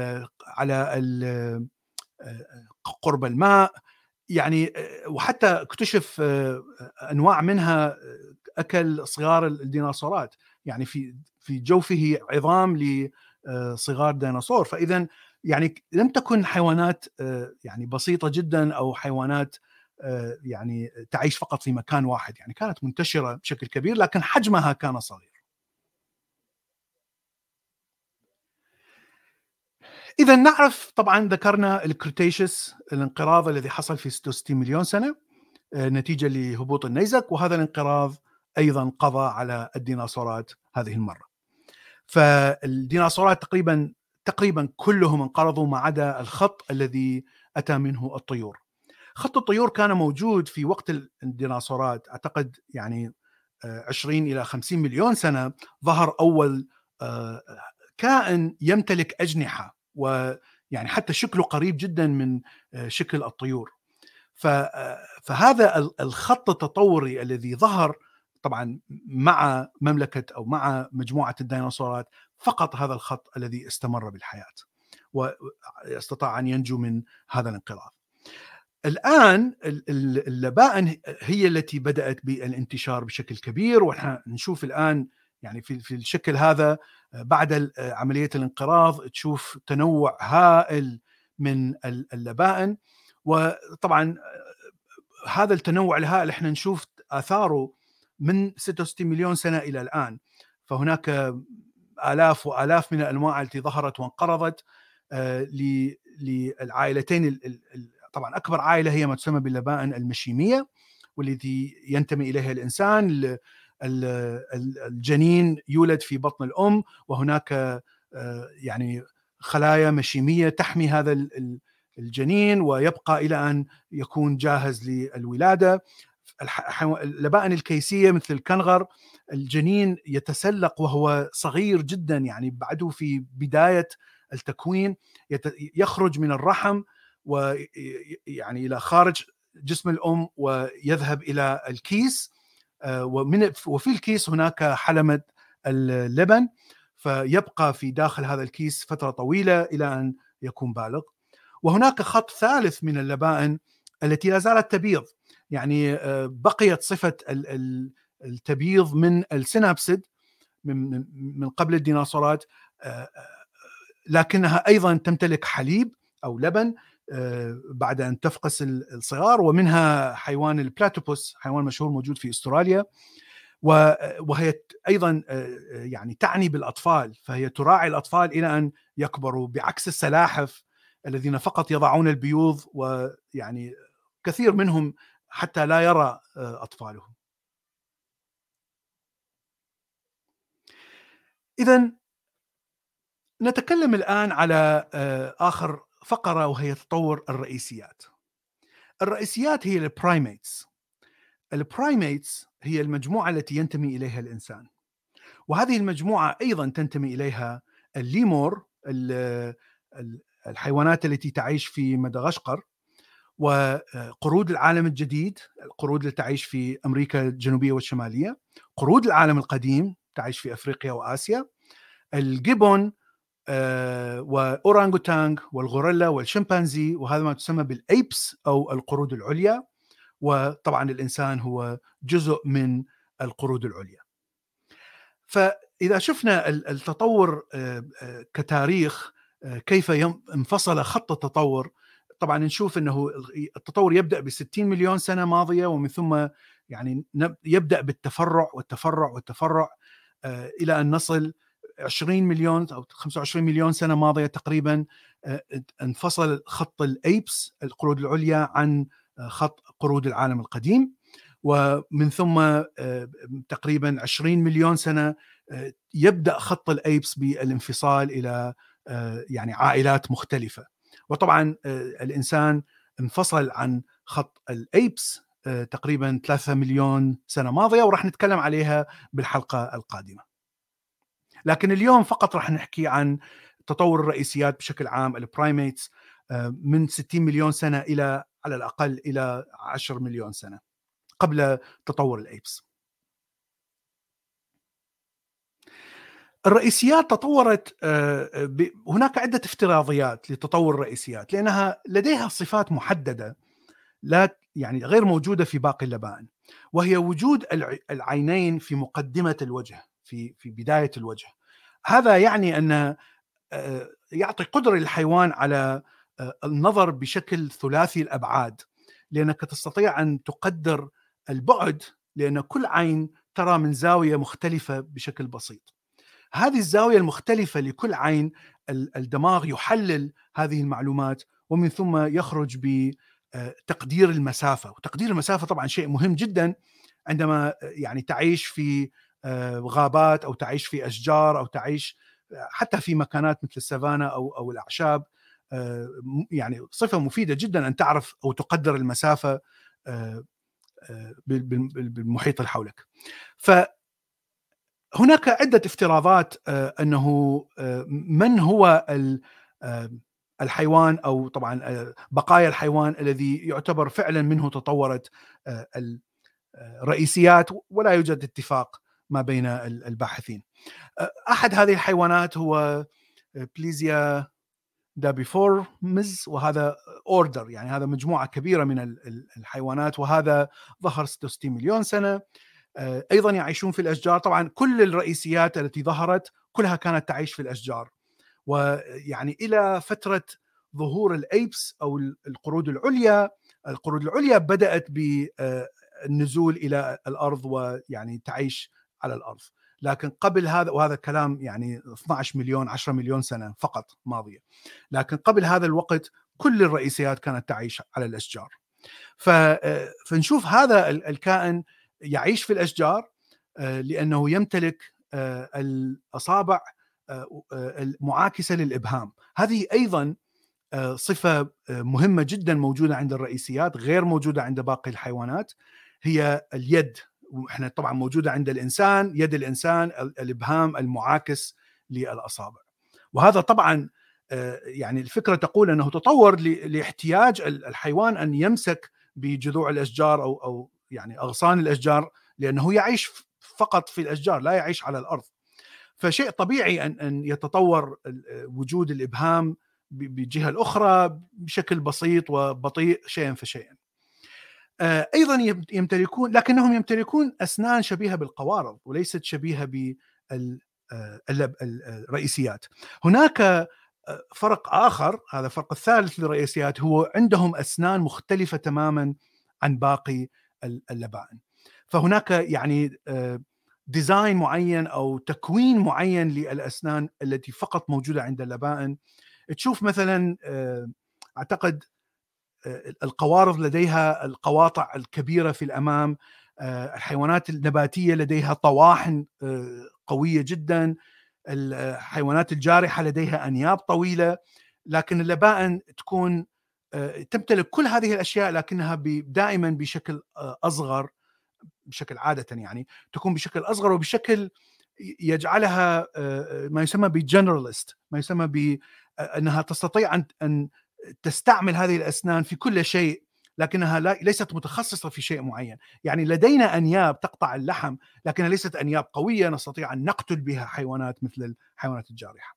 على قرب الماء، يعني وحتى اكتشف أنواع منها أكل صغار الديناصورات، يعني في في جوفه عظام لصغار ديناصور. فإذا يعني لم تكن حيوانات يعني بسيطة جدا أو حيوانات يعني تعيش فقط في مكان واحد، يعني كانت منتشرة بشكل كبير لكن حجمها كان صغير. إذا نعرف طبعا ذكرنا الكريتيشس، الانقراض الذي حصل في ستة وستين مليون سنة نتيجة لهبوط النيزك، وهذا الانقراض أيضا قضى على الديناصورات هذه المرة. فالديناصورات تقريبا تقريبا كلهم انقرضوا ما عدا الخط الذي أتى منه الطيور. خط الطيور كان موجود في وقت الديناصورات، أعتقد يعني عشرين إلى خمسين مليون سنة، ظهر أول كائن يمتلك أجنحة، ويعني حتى شكله قريب جدا من شكل الطيور. فهذا الخط التطوري الذي ظهر طبعا مع مملكة أو مع مجموعة الديناصورات، فقط هذا الخط الذي استمر بالحياة واستطاع أن ينجو من هذا الانقراض. الآن اللبائن هي التي بدأت بالانتشار بشكل كبير، ونحن نشوف الآن يعني في في الشكل هذا بعد عملية الانقراض تشوف تنوع هائل من اللبائن. وطبعا هذا التنوع الهائل احنا نشوف آثاره من ستة وستين مليون سنة إلى الآن. فهناك آلاف وآلاف من الأنواع التي ظهرت وانقرضت للعائلتين. طبعا أكبر عائلة هي ما تسمى باللبائن المشيمية، والتي ينتمي إليها الإنسان. الجنين يولد في بطن الأم، وهناك يعني خلايا مشيمية تحمي هذا الجنين ويبقى إلى أن يكون جاهز للولادة. اللبائن الكيسية مثل الكنغر، الجنين يتسلق وهو صغير جدا، يعني بعده في بداية التكوين يخرج من الرحم ويعني إلى خارج جسم الأم ويذهب إلى الكيس، ومن وفي الكيس هناك حلمة اللبن، فيبقى في داخل هذا الكيس فترة طويلة إلى أن يكون بالغ. وهناك خط ثالث من اللبائن التي لا زالت تبيض، يعني بقيت صفة التبييض من السينابسيد من قبل الديناصورات، لكنها أيضا تمتلك حليب أو لبن بعد أن تفقس الصغار. ومنها حيوان البلاتوبوس، حيوان مشهور موجود في أستراليا، وهي أيضا يعني تعني بالأطفال، فهي تراعي الأطفال إلى أن يكبروا، بعكس السلاحف الذين فقط يضعون البيوض، ويعني كثير منهم حتى لا يرى أطفالهم. إذن نتكلم الآن على آخر فقرة، وهي تطور الرئيسيات. الرئيسيات هي البرايميتس. البرايميتس هي المجموعة التي ينتمي إليها الإنسان، وهذه المجموعة أيضا تنتمي إليها الليمور، الحيوانات التي تعيش في مدغشقر، وقرود العالم الجديد، القرود اللي تعيش في أمريكا الجنوبية والشمالية، قرود العالم القديم تعيش في أفريقيا وآسيا، الجيبون آه، وأورانغوتانغ والغوريلا والشمبانزي، وهذا ما تسمى بالأيبس أو القرود العليا. وطبعا الإنسان هو جزء من القرود العليا. فإذا شفنا التطور كتاريخ كيف انفصل خط التطور، طبعا نشوف أنه التطور يبدأ بستين مليون سنة ماضية، ومن ثم يعني يبدأ بالتفرع والتفرع والتفرع إلى أن نصل عشرين مليون أو خمسة وعشرين مليون سنة ماضية تقريبا انفصل خط الأيبس القرود العليا عن خط قرود العالم القديم. ومن ثم تقريبا عشرين مليون سنة يبدأ خط الأيبس بالانفصال إلى يعني عائلات مختلفة. وطبعا الإنسان انفصل عن خط الأيبس تقريبا ثلاثة مليون سنة ماضية، ورح نتكلم عليها بالحلقة القادمة. لكن اليوم فقط رح نحكي عن تطور الرئيسيات بشكل عام، البرايميتس، من ستين مليون سنة إلى على الأقل إلى عشرة مليون سنة قبل تطور الأيبس. الرئيسيات تطورت، هناك عدة افتراضيات لتطور الرئيسيات لأنها لديها صفات محددة لا يعني غير موجودة في باقي اللبائن، وهي وجود العينين في مقدمة الوجه، في في بداية الوجه. هذا يعني أن يعطي قدرة للحيوان على النظر بشكل ثلاثي الأبعاد، لأنك تستطيع أن تقدر البعد، لأن كل عين ترى من زاوية مختلفة بشكل بسيط. هذه الزاوية المختلفة لكل عين الدماغ يحلل هذه المعلومات، ومن ثم يخرج بتقدير المسافة. وتقدير المسافة طبعا شيء مهم جدا عندما يعني تعيش في غابات أو تعيش في أشجار أو تعيش حتى في مكانات مثل السافانا أو أو الأعشاب. يعني صفة مفيدة جدا أن تعرف أو تقدر المسافة بالمحيط اللي حولك. فهناك عدة افتراضات أنه من هو الحيوان أو طبعا بقايا الحيوان الذي يعتبر فعلا منه تطورت الرئيسيات، ولا يوجد اتفاق ما بين الباحثين. أحد هذه الحيوانات هو بليزيا دابيفورمز، وهذا اوردر، يعني هذا مجموعة كبيرة من الحيوانات، وهذا ظهر ستة وستين مليون سنة. أيضا يعيشون في الأشجار. طبعا كل الرئيسيات التي ظهرت كلها كانت تعيش في الأشجار، ويعني إلى فترة ظهور الأيبس أو القرود العليا. القرود العليا بدأت بالنزول إلى الأرض ويعني تعيش على الأرض، لكن قبل هذا، وهذا كلام يعني اثناشر مليون عشرة مليون سنة فقط ماضية، لكن قبل هذا الوقت كل الرئيسيات كانت تعيش على الأشجار. فنشوف هذا الكائن يعيش في الأشجار لأنه يمتلك الأصابع المعاكسة للإبهام. هذه أيضا صفة مهمة جدا موجودة عند الرئيسيات، غير موجودة عند باقي الحيوانات. هي اليد، احنا طبعا موجودة عند الإنسان، يد الإنسان الإبهام المعاكس للأصابع. وهذا طبعا يعني الفكرة تقول أنه تطور لاحتياج الحيوان أن يمسك بجذوع الأشجار أو أو يعني أغصان الأشجار، لأنه يعيش فقط في الأشجار، لا يعيش على الأرض. فشيء طبيعي أن أن يتطور وجود الإبهام بجهة الأخرى بشكل بسيط وبطيء شيئا فشيئا. أيضا يمتلكون، لكنهم يمتلكون أسنان شبيهة بالقوارض وليست شبيهة بالرئيسيات. هناك فرق آخر، هذا الفرق الثالث للرئيسيات، هو عندهم أسنان مختلفة تماما عن باقي اللبائن. فهناك يعني ديزاين معين أو تكوين معين للأسنان التي فقط موجودة عند اللبائن. تشوف مثلا أعتقد القوارض لديها القواطع الكبيرة في الأمام، الحيوانات النباتية لديها طواحن قوية جدا، الحيوانات الجارحة لديها أنياب طويلة، لكن اللبائن تكون تمتلك كل هذه الأشياء لكنها دائما بشكل أصغر، بشكل عادة يعني تكون بشكل أصغر وبشكل يجعلها ما يسمى بجنراليست، ما يسمى بأنها تستطيع أن تستعمل هذه الأسنان في كل شيء لكنها ليست متخصصة في شيء معين. يعني لدينا أنياب تقطع اللحم، لكنها ليست أنياب قوية نستطيع أن نقتل بها حيوانات مثل الحيوانات الجارحة.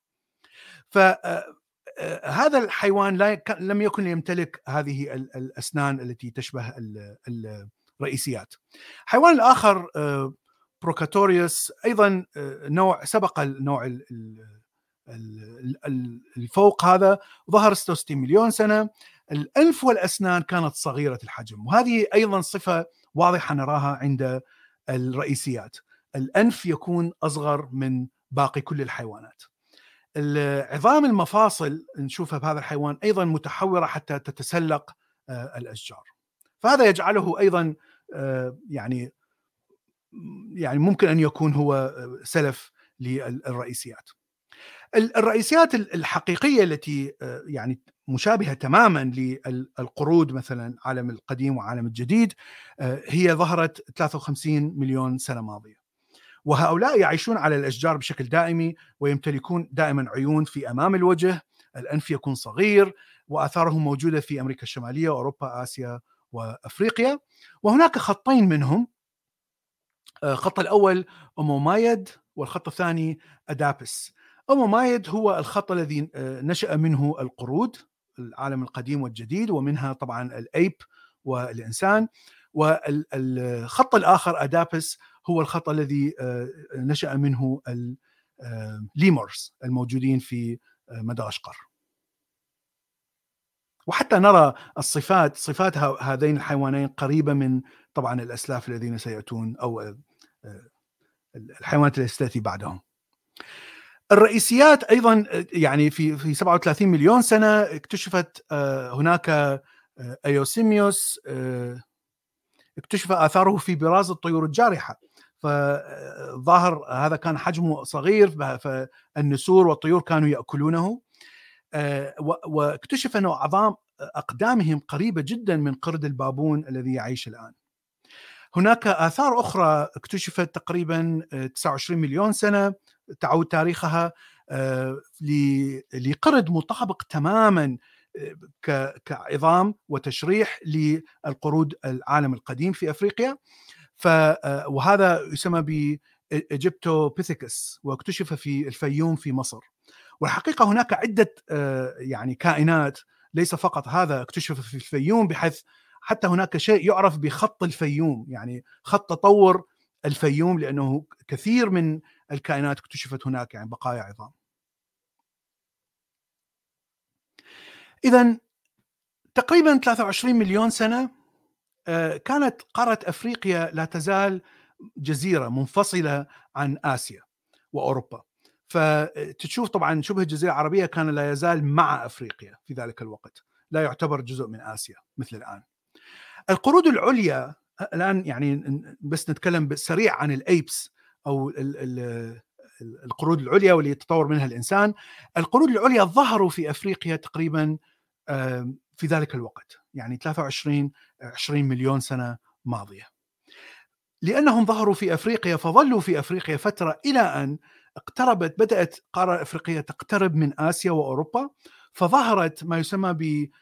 فهذا الحيوان لا لم يكن يمتلك هذه الأسنان التي تشبه الرئيسيات. الحيوان الآخر بروكاتوريوس أيضا نوع سبق النوع الفوق هذا، ظهر ستة وستين مليون سنة. الأنف والأسنان كانت صغيرة الحجم، وهذه أيضا صفة واضحة نراها عند الرئيسيات. الأنف يكون أصغر من باقي كل الحيوانات. عظام المفاصل نشوفها بهذا الحيوان أيضا متحورة حتى تتسلق الأشجار، فهذا يجعله أيضا يعني يعني ممكن أن يكون هو سلف للرئيسيات. الرئيسيات الحقيقية التي يعني مشابهة تماما للقرود مثلا عالم القديم وعالم الجديد هي ظهرت ثلاثة وخمسين مليون سنة ماضية، وهؤلاء يعيشون على الأشجار بشكل دائمي ويمتلكون دائما عيون في أمام الوجه، الأنف يكون صغير، وآثارهم موجودة في أمريكا الشمالية وأوروبا آسيا وأفريقيا. وهناك خطين منهم، الخط الأول أومومايد والخط الثاني أدابس. أومومايد هو الخط الذي نشأ منه القرود العالم القديم والجديد، ومنها طبعا الأيب والإنسان. والخط الآخر أدابس هو الخط الذي نشأ منه الليمورز الموجودين في مدغشقر. وحتى نرى الصفات صفات هذين الحيوانين قريبة من طبعا الأسلاف الذين سيأتون أو الحيوانات التي ستأتي بعدهم. الرئيسيات أيضا يعني في في سبعة وثلاثين مليون سنة اكتشفت هناك أيوسيميوس اكتشف آثاره في براز الطيور الجارحة، فظاهر هذا كان حجمه صغير، فالنسور والطيور كانوا يأكلونه، واكتشف أنه عظام أقدامهم قريبة جدا من قرد البابون الذي يعيش الآن. هناك آثار أخرى اكتشفت تقريبا تسعة وعشرين مليون سنة تعود تاريخها لقرد مطابق تماما كعظام وتشريح للقرود العالم القديم في أفريقيا، وهذا يسمى بإيجيبتوبيثيكس، واكتشف في الفيوم في مصر. والحقيقة هناك عدة يعني كائنات، ليس فقط هذا اكتشف في الفيوم، بحيث حتى هناك شيء يعرف بخط الفيوم، يعني خط تطور الفيوم، لأنه كثير من الكائنات اكتشفت هناك، يعني بقايا عظام. إذن تقريبا ثلاثة وعشرين مليون سنة كانت قارة أفريقيا لا تزال جزيرة منفصلة عن آسيا وأوروبا، فتشوف طبعا شبه الجزيرة العربية كان لا يزال مع أفريقيا في ذلك الوقت، لا يعتبر جزء من آسيا مثل الآن. القرود العليا الآن يعني بس نتكلم سريع عن الأيبس أو ال ال القرود العليا واللي يتطور منها الإنسان. القرود العليا ظهروا في أفريقيا تقريبا في ذلك الوقت، يعني ثلاثة وعشرين عشرين مليون سنة ماضية. لأنهم ظهروا في أفريقيا فظلوا في أفريقيا فترة إلى أن اقتربت بدأت قارة أفريقيا تقترب من آسيا وأوروبا، فظهرت ما يسمى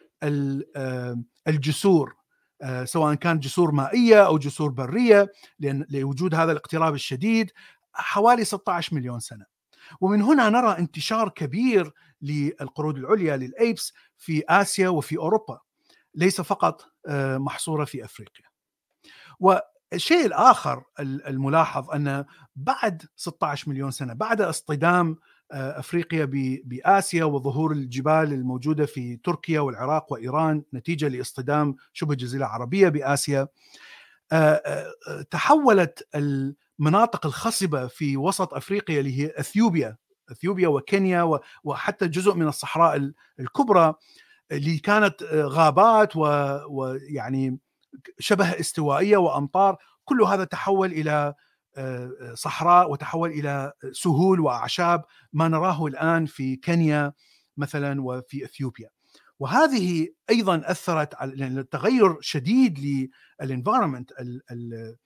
بالجسور، سواء كانت جسور مائية أو جسور برية، لأن لوجود هذا الاقتراب الشديد حوالي ستة عشر مليون سنة. ومن هنا نرى انتشار كبير للقرود العليا للأيبس في آسيا وفي أوروبا، ليس فقط محصورة في أفريقيا. والشيء الآخر الملاحظ أن بعد ستة عشر مليون سنة، بعد اصطدام أفريقيا بآسيا وظهور الجبال الموجودة في تركيا والعراق وإيران نتيجة لاصطدام شبه الجزيرة العربية بآسيا، تحولت المناطق الخصبة في وسط أفريقيا اللي هي أثيوبيا أثيوبيا وكينيا وحتى جزء من الصحراء الكبرى اللي كانت غابات ويعني شبه استوائية وأمطار، كل هذا تحول إلى صحراء وتحول إلى سهول وأعشاب، ما نراه الآن في كينيا مثلا وفي أثيوبيا. وهذه أيضا أثرت على التغير شديد للإنفايرمنت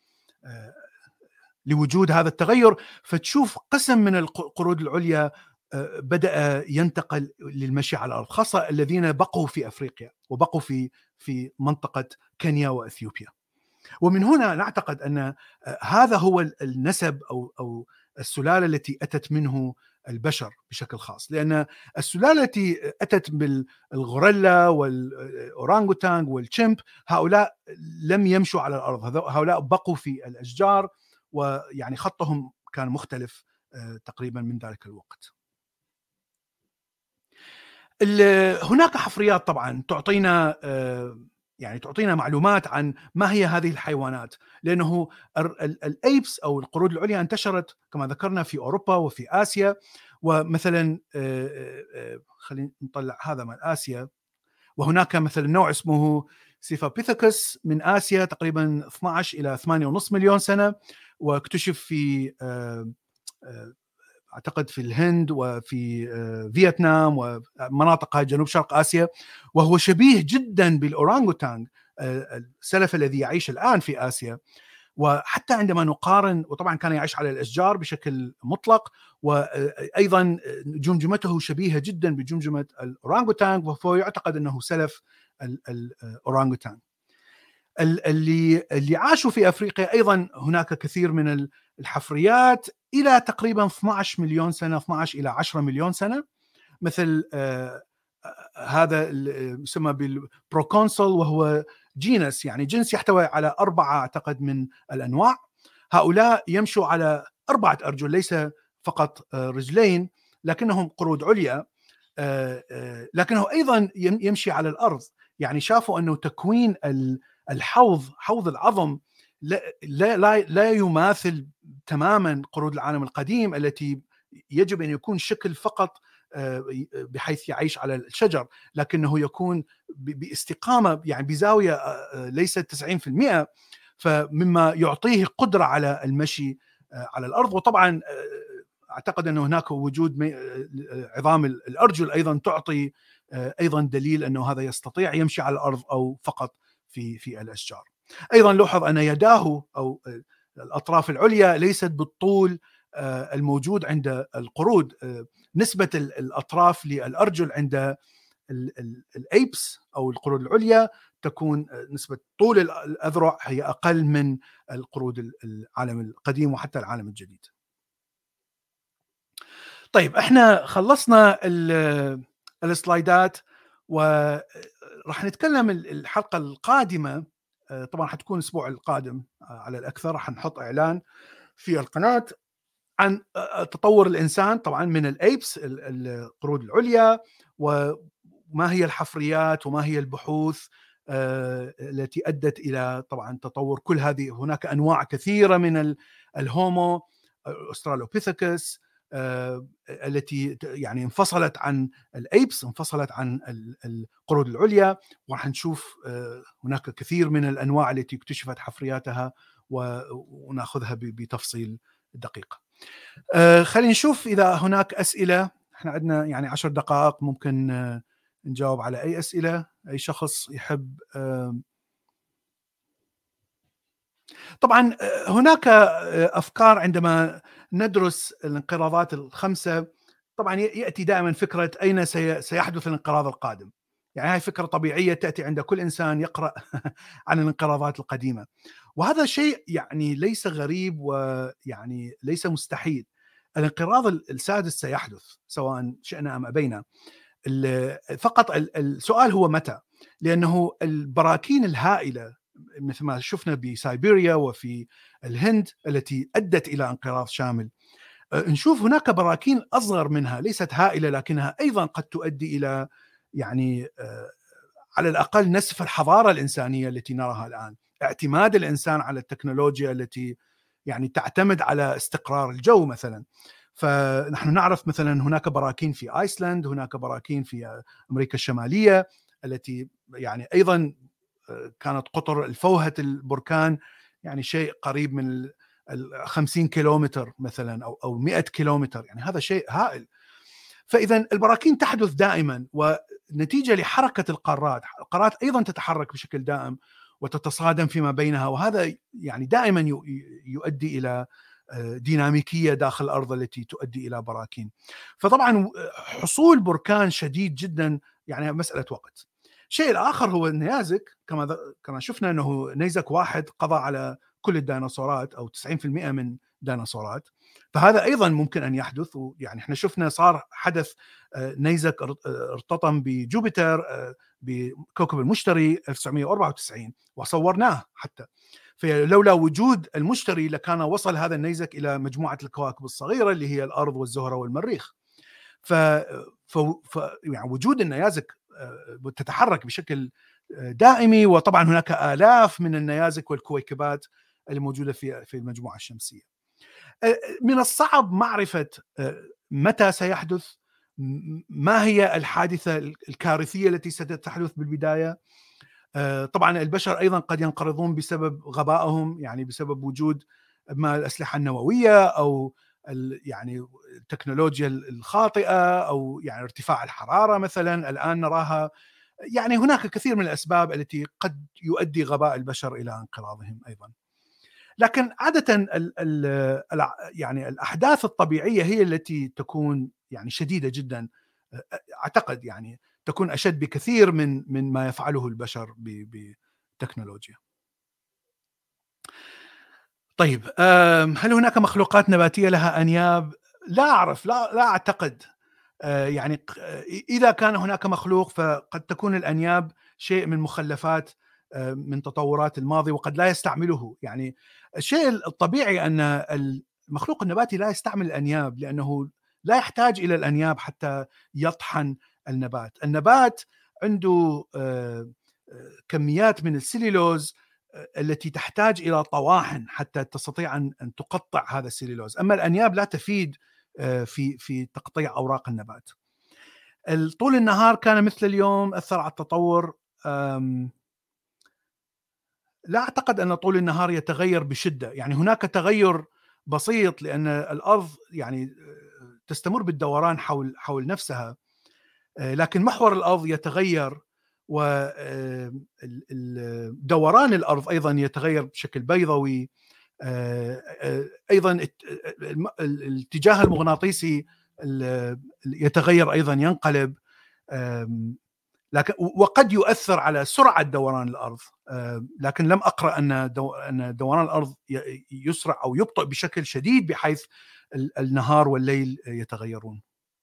لوجود هذا التغير. فتشوف قسم من القرود العليا بدأ ينتقل للمشي على الأرض، خاصة الذين بقوا في أفريقيا وبقوا في في منطقة كينيا وأثيوبيا. ومن هنا نعتقد أن هذا هو النسب أو أو السلالة التي أتت منه البشر بشكل خاص، لأن السلالة التي أتت بالغوريلا والأورانغوتانغ والشيمب هؤلاء لم يمشوا على الأرض، هؤلاء بقوا في الأشجار، ويعني خطهم كان مختلف تقريبا من ذلك الوقت. هناك حفريات طبعا تعطينا يعني تعطينا معلومات عن ما هي هذه الحيوانات، لأنه الأيبس أو القرود العليا انتشرت كما ذكرنا في أوروبا وفي آسيا. ومثلا خلينا نطلع هذا من آسيا، وهناك مثلا نوع اسمه سيفابيثيكس من آسيا تقريبا اثني عشر إلى ثمانية ونصف مليون سنة، واكتشف في أعتقد في الهند وفي فيتنام ومناطق جنوب شرق آسيا، وهو شبيه جدا بالأورانغوتانغ السلف الذي يعيش الآن في آسيا. وحتى عندما نقارن، وطبعا كان يعيش على الأشجار بشكل مطلق، وأيضا جمجمته شبيهة جدا بجمجمة الأورانغوتانغ، وهو يعتقد أنه سلف الأورانغوتانغ. اللي اللي عاشوا في أفريقيا أيضا هناك كثير من الحفريات إلى تقريبا اثني عشر مليون سنة، اثني عشر إلى عشرة مليون سنة، مثل آه هذا يسمى بالبروكونسول، وهو جينس يعني جنس يحتوي على أربعة أعتقد من الأنواع. هؤلاء يمشوا على أربعة أرجل، ليس فقط آه رجلين، لكنهم قرود عليا، آه آه لكنه أيضا يمشي على الأرض. يعني شافوا أنه تكوين الحوض حوض العظم لا, لا, لا يماثل تماما قرود العالم القديم التي يجب أن يكون شكل فقط بحيث يعيش على الشجر، لكنه يكون باستقامة يعني بزاوية ليست تسعين بالمئة، فمما يعطيه قدرة على المشي على الأرض. وطبعا أعتقد أن هناك وجود عظام الأرجل أيضا تعطي أيضا دليل أنه هذا يستطيع يمشي على الأرض أو فقط في في الأشجار. أيضا لوحظ أن يداه أو الأطراف العليا ليست بالطول الموجود عند القرود. نسبة الأطراف للأرجل عند الأيبس أو القرود العليا تكون نسبة طول الأذرع هي أقل من القرود العالم القديم وحتى العالم الجديد. طيب احنا خلصنا السلايدات، وراح نتكلم الحلقة القادمة طبعا حتكون الأسبوع القادم على الأكثر، راح نحط إعلان في القناة عن تطور الإنسان طبعا من الأيبس القرود العليا، وما هي الحفريات وما هي البحوث التي أدت إلى طبعا تطور كل هذه. هناك أنواع كثيرة من الهومو أسترالوبيثيكس التي يعني انفصلت عن الأيبس، انفصلت عن القرود العليا، وراح نشوف هناك كثير من الأنواع التي اكتشفت حفرياتها ونأخذها بتفصيل دقيق. خلينا نشوف إذا هناك أسئلة. احنا عندنا يعني عشر دقائق، ممكن نجاوب على أي أسئلة أي شخص يحب. طبعا هناك أفكار عندما ندرس الانقراضات الخمسة، طبعا يأتي دائما فكرة أين سيحدث الانقراض القادم. يعني هاي فكرة طبيعية تأتي عند كل إنسان يقرأ عن الانقراضات القديمة، وهذا شيء يعني ليس غريب ويعني ليس مستحيل. الانقراض السادس سيحدث سواء شئنا أم أبينا، فقط السؤال هو متى، لأنه البراكين الهائلة مثل ما شفنا بسيبيريا وفي الهند التي أدت إلى انقراض شامل، نشوف هناك براكين أصغر منها ليست هائلة لكنها أيضا قد تؤدي إلى يعني على الأقل نسف الحضارة الإنسانية التي نراها الآن. اعتماد الإنسان على التكنولوجيا التي يعني تعتمد على استقرار الجو مثلا. فنحن نعرف مثلا هناك براكين في آيسلند، هناك براكين في أمريكا الشمالية التي يعني أيضا كانت قطر الفوهة البركان يعني شيء قريب من خمسين كيلومتر مثلا أو أو مئة كيلومتر، يعني هذا شيء هائل. فإذا البراكين تحدث دائما، ونتيجة لحركة القارات، القارات أيضا تتحرك بشكل دائم وتتصادم فيما بينها، وهذا يعني دائما يؤدي إلى ديناميكية داخل الأرض التي تؤدي إلى براكين. فطبعا حصول بركان شديد جدا يعني مسألة وقت. الشيء الآخر هو النيازك، كما كما شفنا أنه نيزك واحد قضى على كل الديناصورات أو تسعين بالمئة من الديناصورات، فهذا أيضا ممكن أن يحدث. يعني احنا شفنا صار حدث نيزك ارتطم بجوبيتر بكوكب المشتري ألف وتسعمئة وأربعة وتسعين وصورناه حتى، فلولا وجود المشتري لكان وصل هذا النيزك إلى مجموعة الكواكب الصغيرة اللي هي الأرض والزهرة والمريخ. ف... ف... ف... يعني وجود النيازك تتحرك بشكل دائمي، وطبعا هناك آلاف من النيازك والكويكبات الموجودة في في المجموعة الشمسية. من الصعب معرفة متى سيحدث، ما هي الحادثة الكارثية التي ستحدث بالبداية. طبعا البشر أيضا قد ينقرضون بسبب غبائهم، يعني بسبب وجود ما الأسلحة النووية أو يعني التكنولوجيا الخاطئة أو يعني ارتفاع الحرارة مثلا الآن نراها. يعني هناك الكثير من الأسباب التي قد يؤدي غباء البشر إلى انقراضهم أيضا. لكن عادة ال ال يعني الأحداث الطبيعية هي التي تكون يعني شديدة جدا، أعتقد يعني تكون أشد بكثير من من ما يفعله البشر بتكنولوجيا. طيب، هل هناك مخلوقات نباتية لها أنياب؟ لا أعرف، لا لا أعتقد. يعني إذا كان هناك مخلوق فقد تكون الأنياب شيء من مخلفات من تطورات الماضي وقد لا يستعمله. يعني الشيء الطبيعي أن المخلوق النباتي لا يستعمل الأنياب لأنه لا يحتاج إلى الأنياب حتى يطحن النبات. النبات عنده كميات من السليلوز التي تحتاج إلى طواحن حتى تستطيع أن تقطع هذا السليلوز، أما الأنياب لا تفيد في في تقطيع أوراق النبات. طول النهار كان مثل اليوم أثر على التطور. لا أعتقد أن طول النهار يتغير بشدة، يعني هناك تغير بسيط لأن الأرض يعني تستمر بالدوران حول حول نفسها، لكن محور الأرض يتغير، ودوران الأرض أيضا يتغير بشكل بيضوي. أيضا الاتجاه المغناطيسي يتغير أيضا، ينقلب، لكن وقد يؤثر على سرعة دوران الأرض. لكن لم أقرأ أن دو أن دوران الأرض يسرع أو يبطئ بشكل شديد بحيث النهار والليل يتغيرون.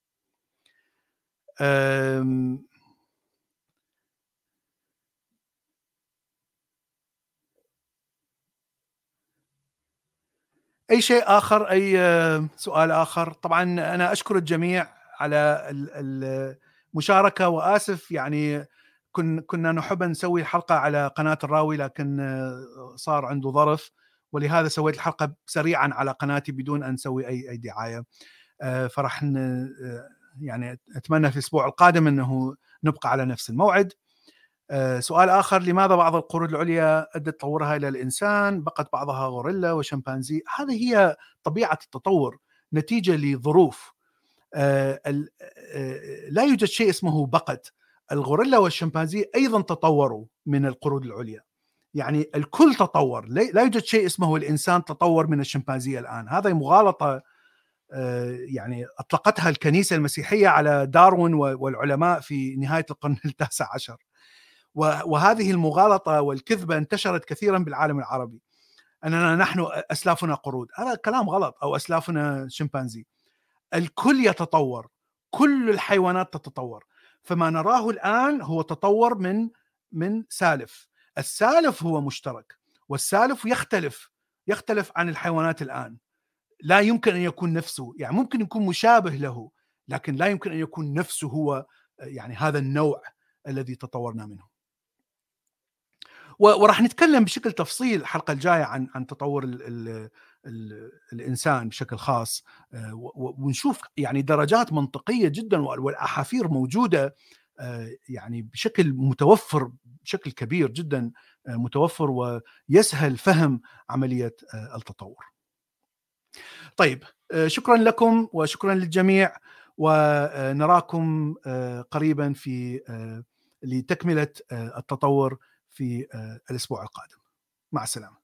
أي شيء آخر، أي سؤال آخر؟ طبعا أنا أشكر الجميع على المشاركة، وآسف يعني كنا نحب نسوي الحلقة على قناة الراوي لكن صار عنده ظرف، ولهذا سويت الحلقة سريعا على قناتي بدون أن نسوي أي أي دعاية. فرح يعني أتمنى في الأسبوع القادم أنه نبقى على نفس الموعد. سؤال آخر: لماذا بعض القرود العليا أدت تطورها إلى الإنسان، بقت بعضها غوريلا وشمبانزي؟ هذه هي طبيعة التطور نتيجة لظروف. لا يوجد شيء اسمه بقت. الغوريلا والشمبانزي أيضا تطوروا من القرود العليا، يعني الكل تطور. لا يوجد شيء اسمه الإنسان تطور من الشمبانزي الآن. هذا مغالطة يعني أطلقتها الكنيسة المسيحية على داروين والعلماء في نهاية القرن التاسع عشر، وهذه المغالطة والكذبة انتشرت كثيرا بالعالم العربي، أننا نحن أسلافنا قرود. هذا كلام غلط، أو أسلافنا شمبانزي. الكل يتطور، كل الحيوانات تتطور. فما نراه الآن هو تطور من من سالف. السالف هو مشترك، والسالف يختلف يختلف عن الحيوانات الآن. لا يمكن أن يكون نفسه، يعني ممكن يكون مشابه له لكن لا يمكن أن يكون نفسه هو يعني هذا النوع الذي تطورنا منه. وراح نتكلم بشكل تفصيل الحلقة الجاية عن عن تطور ال ال ال الإنسان بشكل خاص، ونشوف يعني درجات منطقية جدا، والأحافير موجودة يعني بشكل متوفر، بشكل كبير جدا متوفر، ويسهل فهم عملية التطور. طيب، شكرا لكم وشكرا للجميع، ونراكم قريبا في لتكملة التطور في الأسبوع القادم. مع السلامة.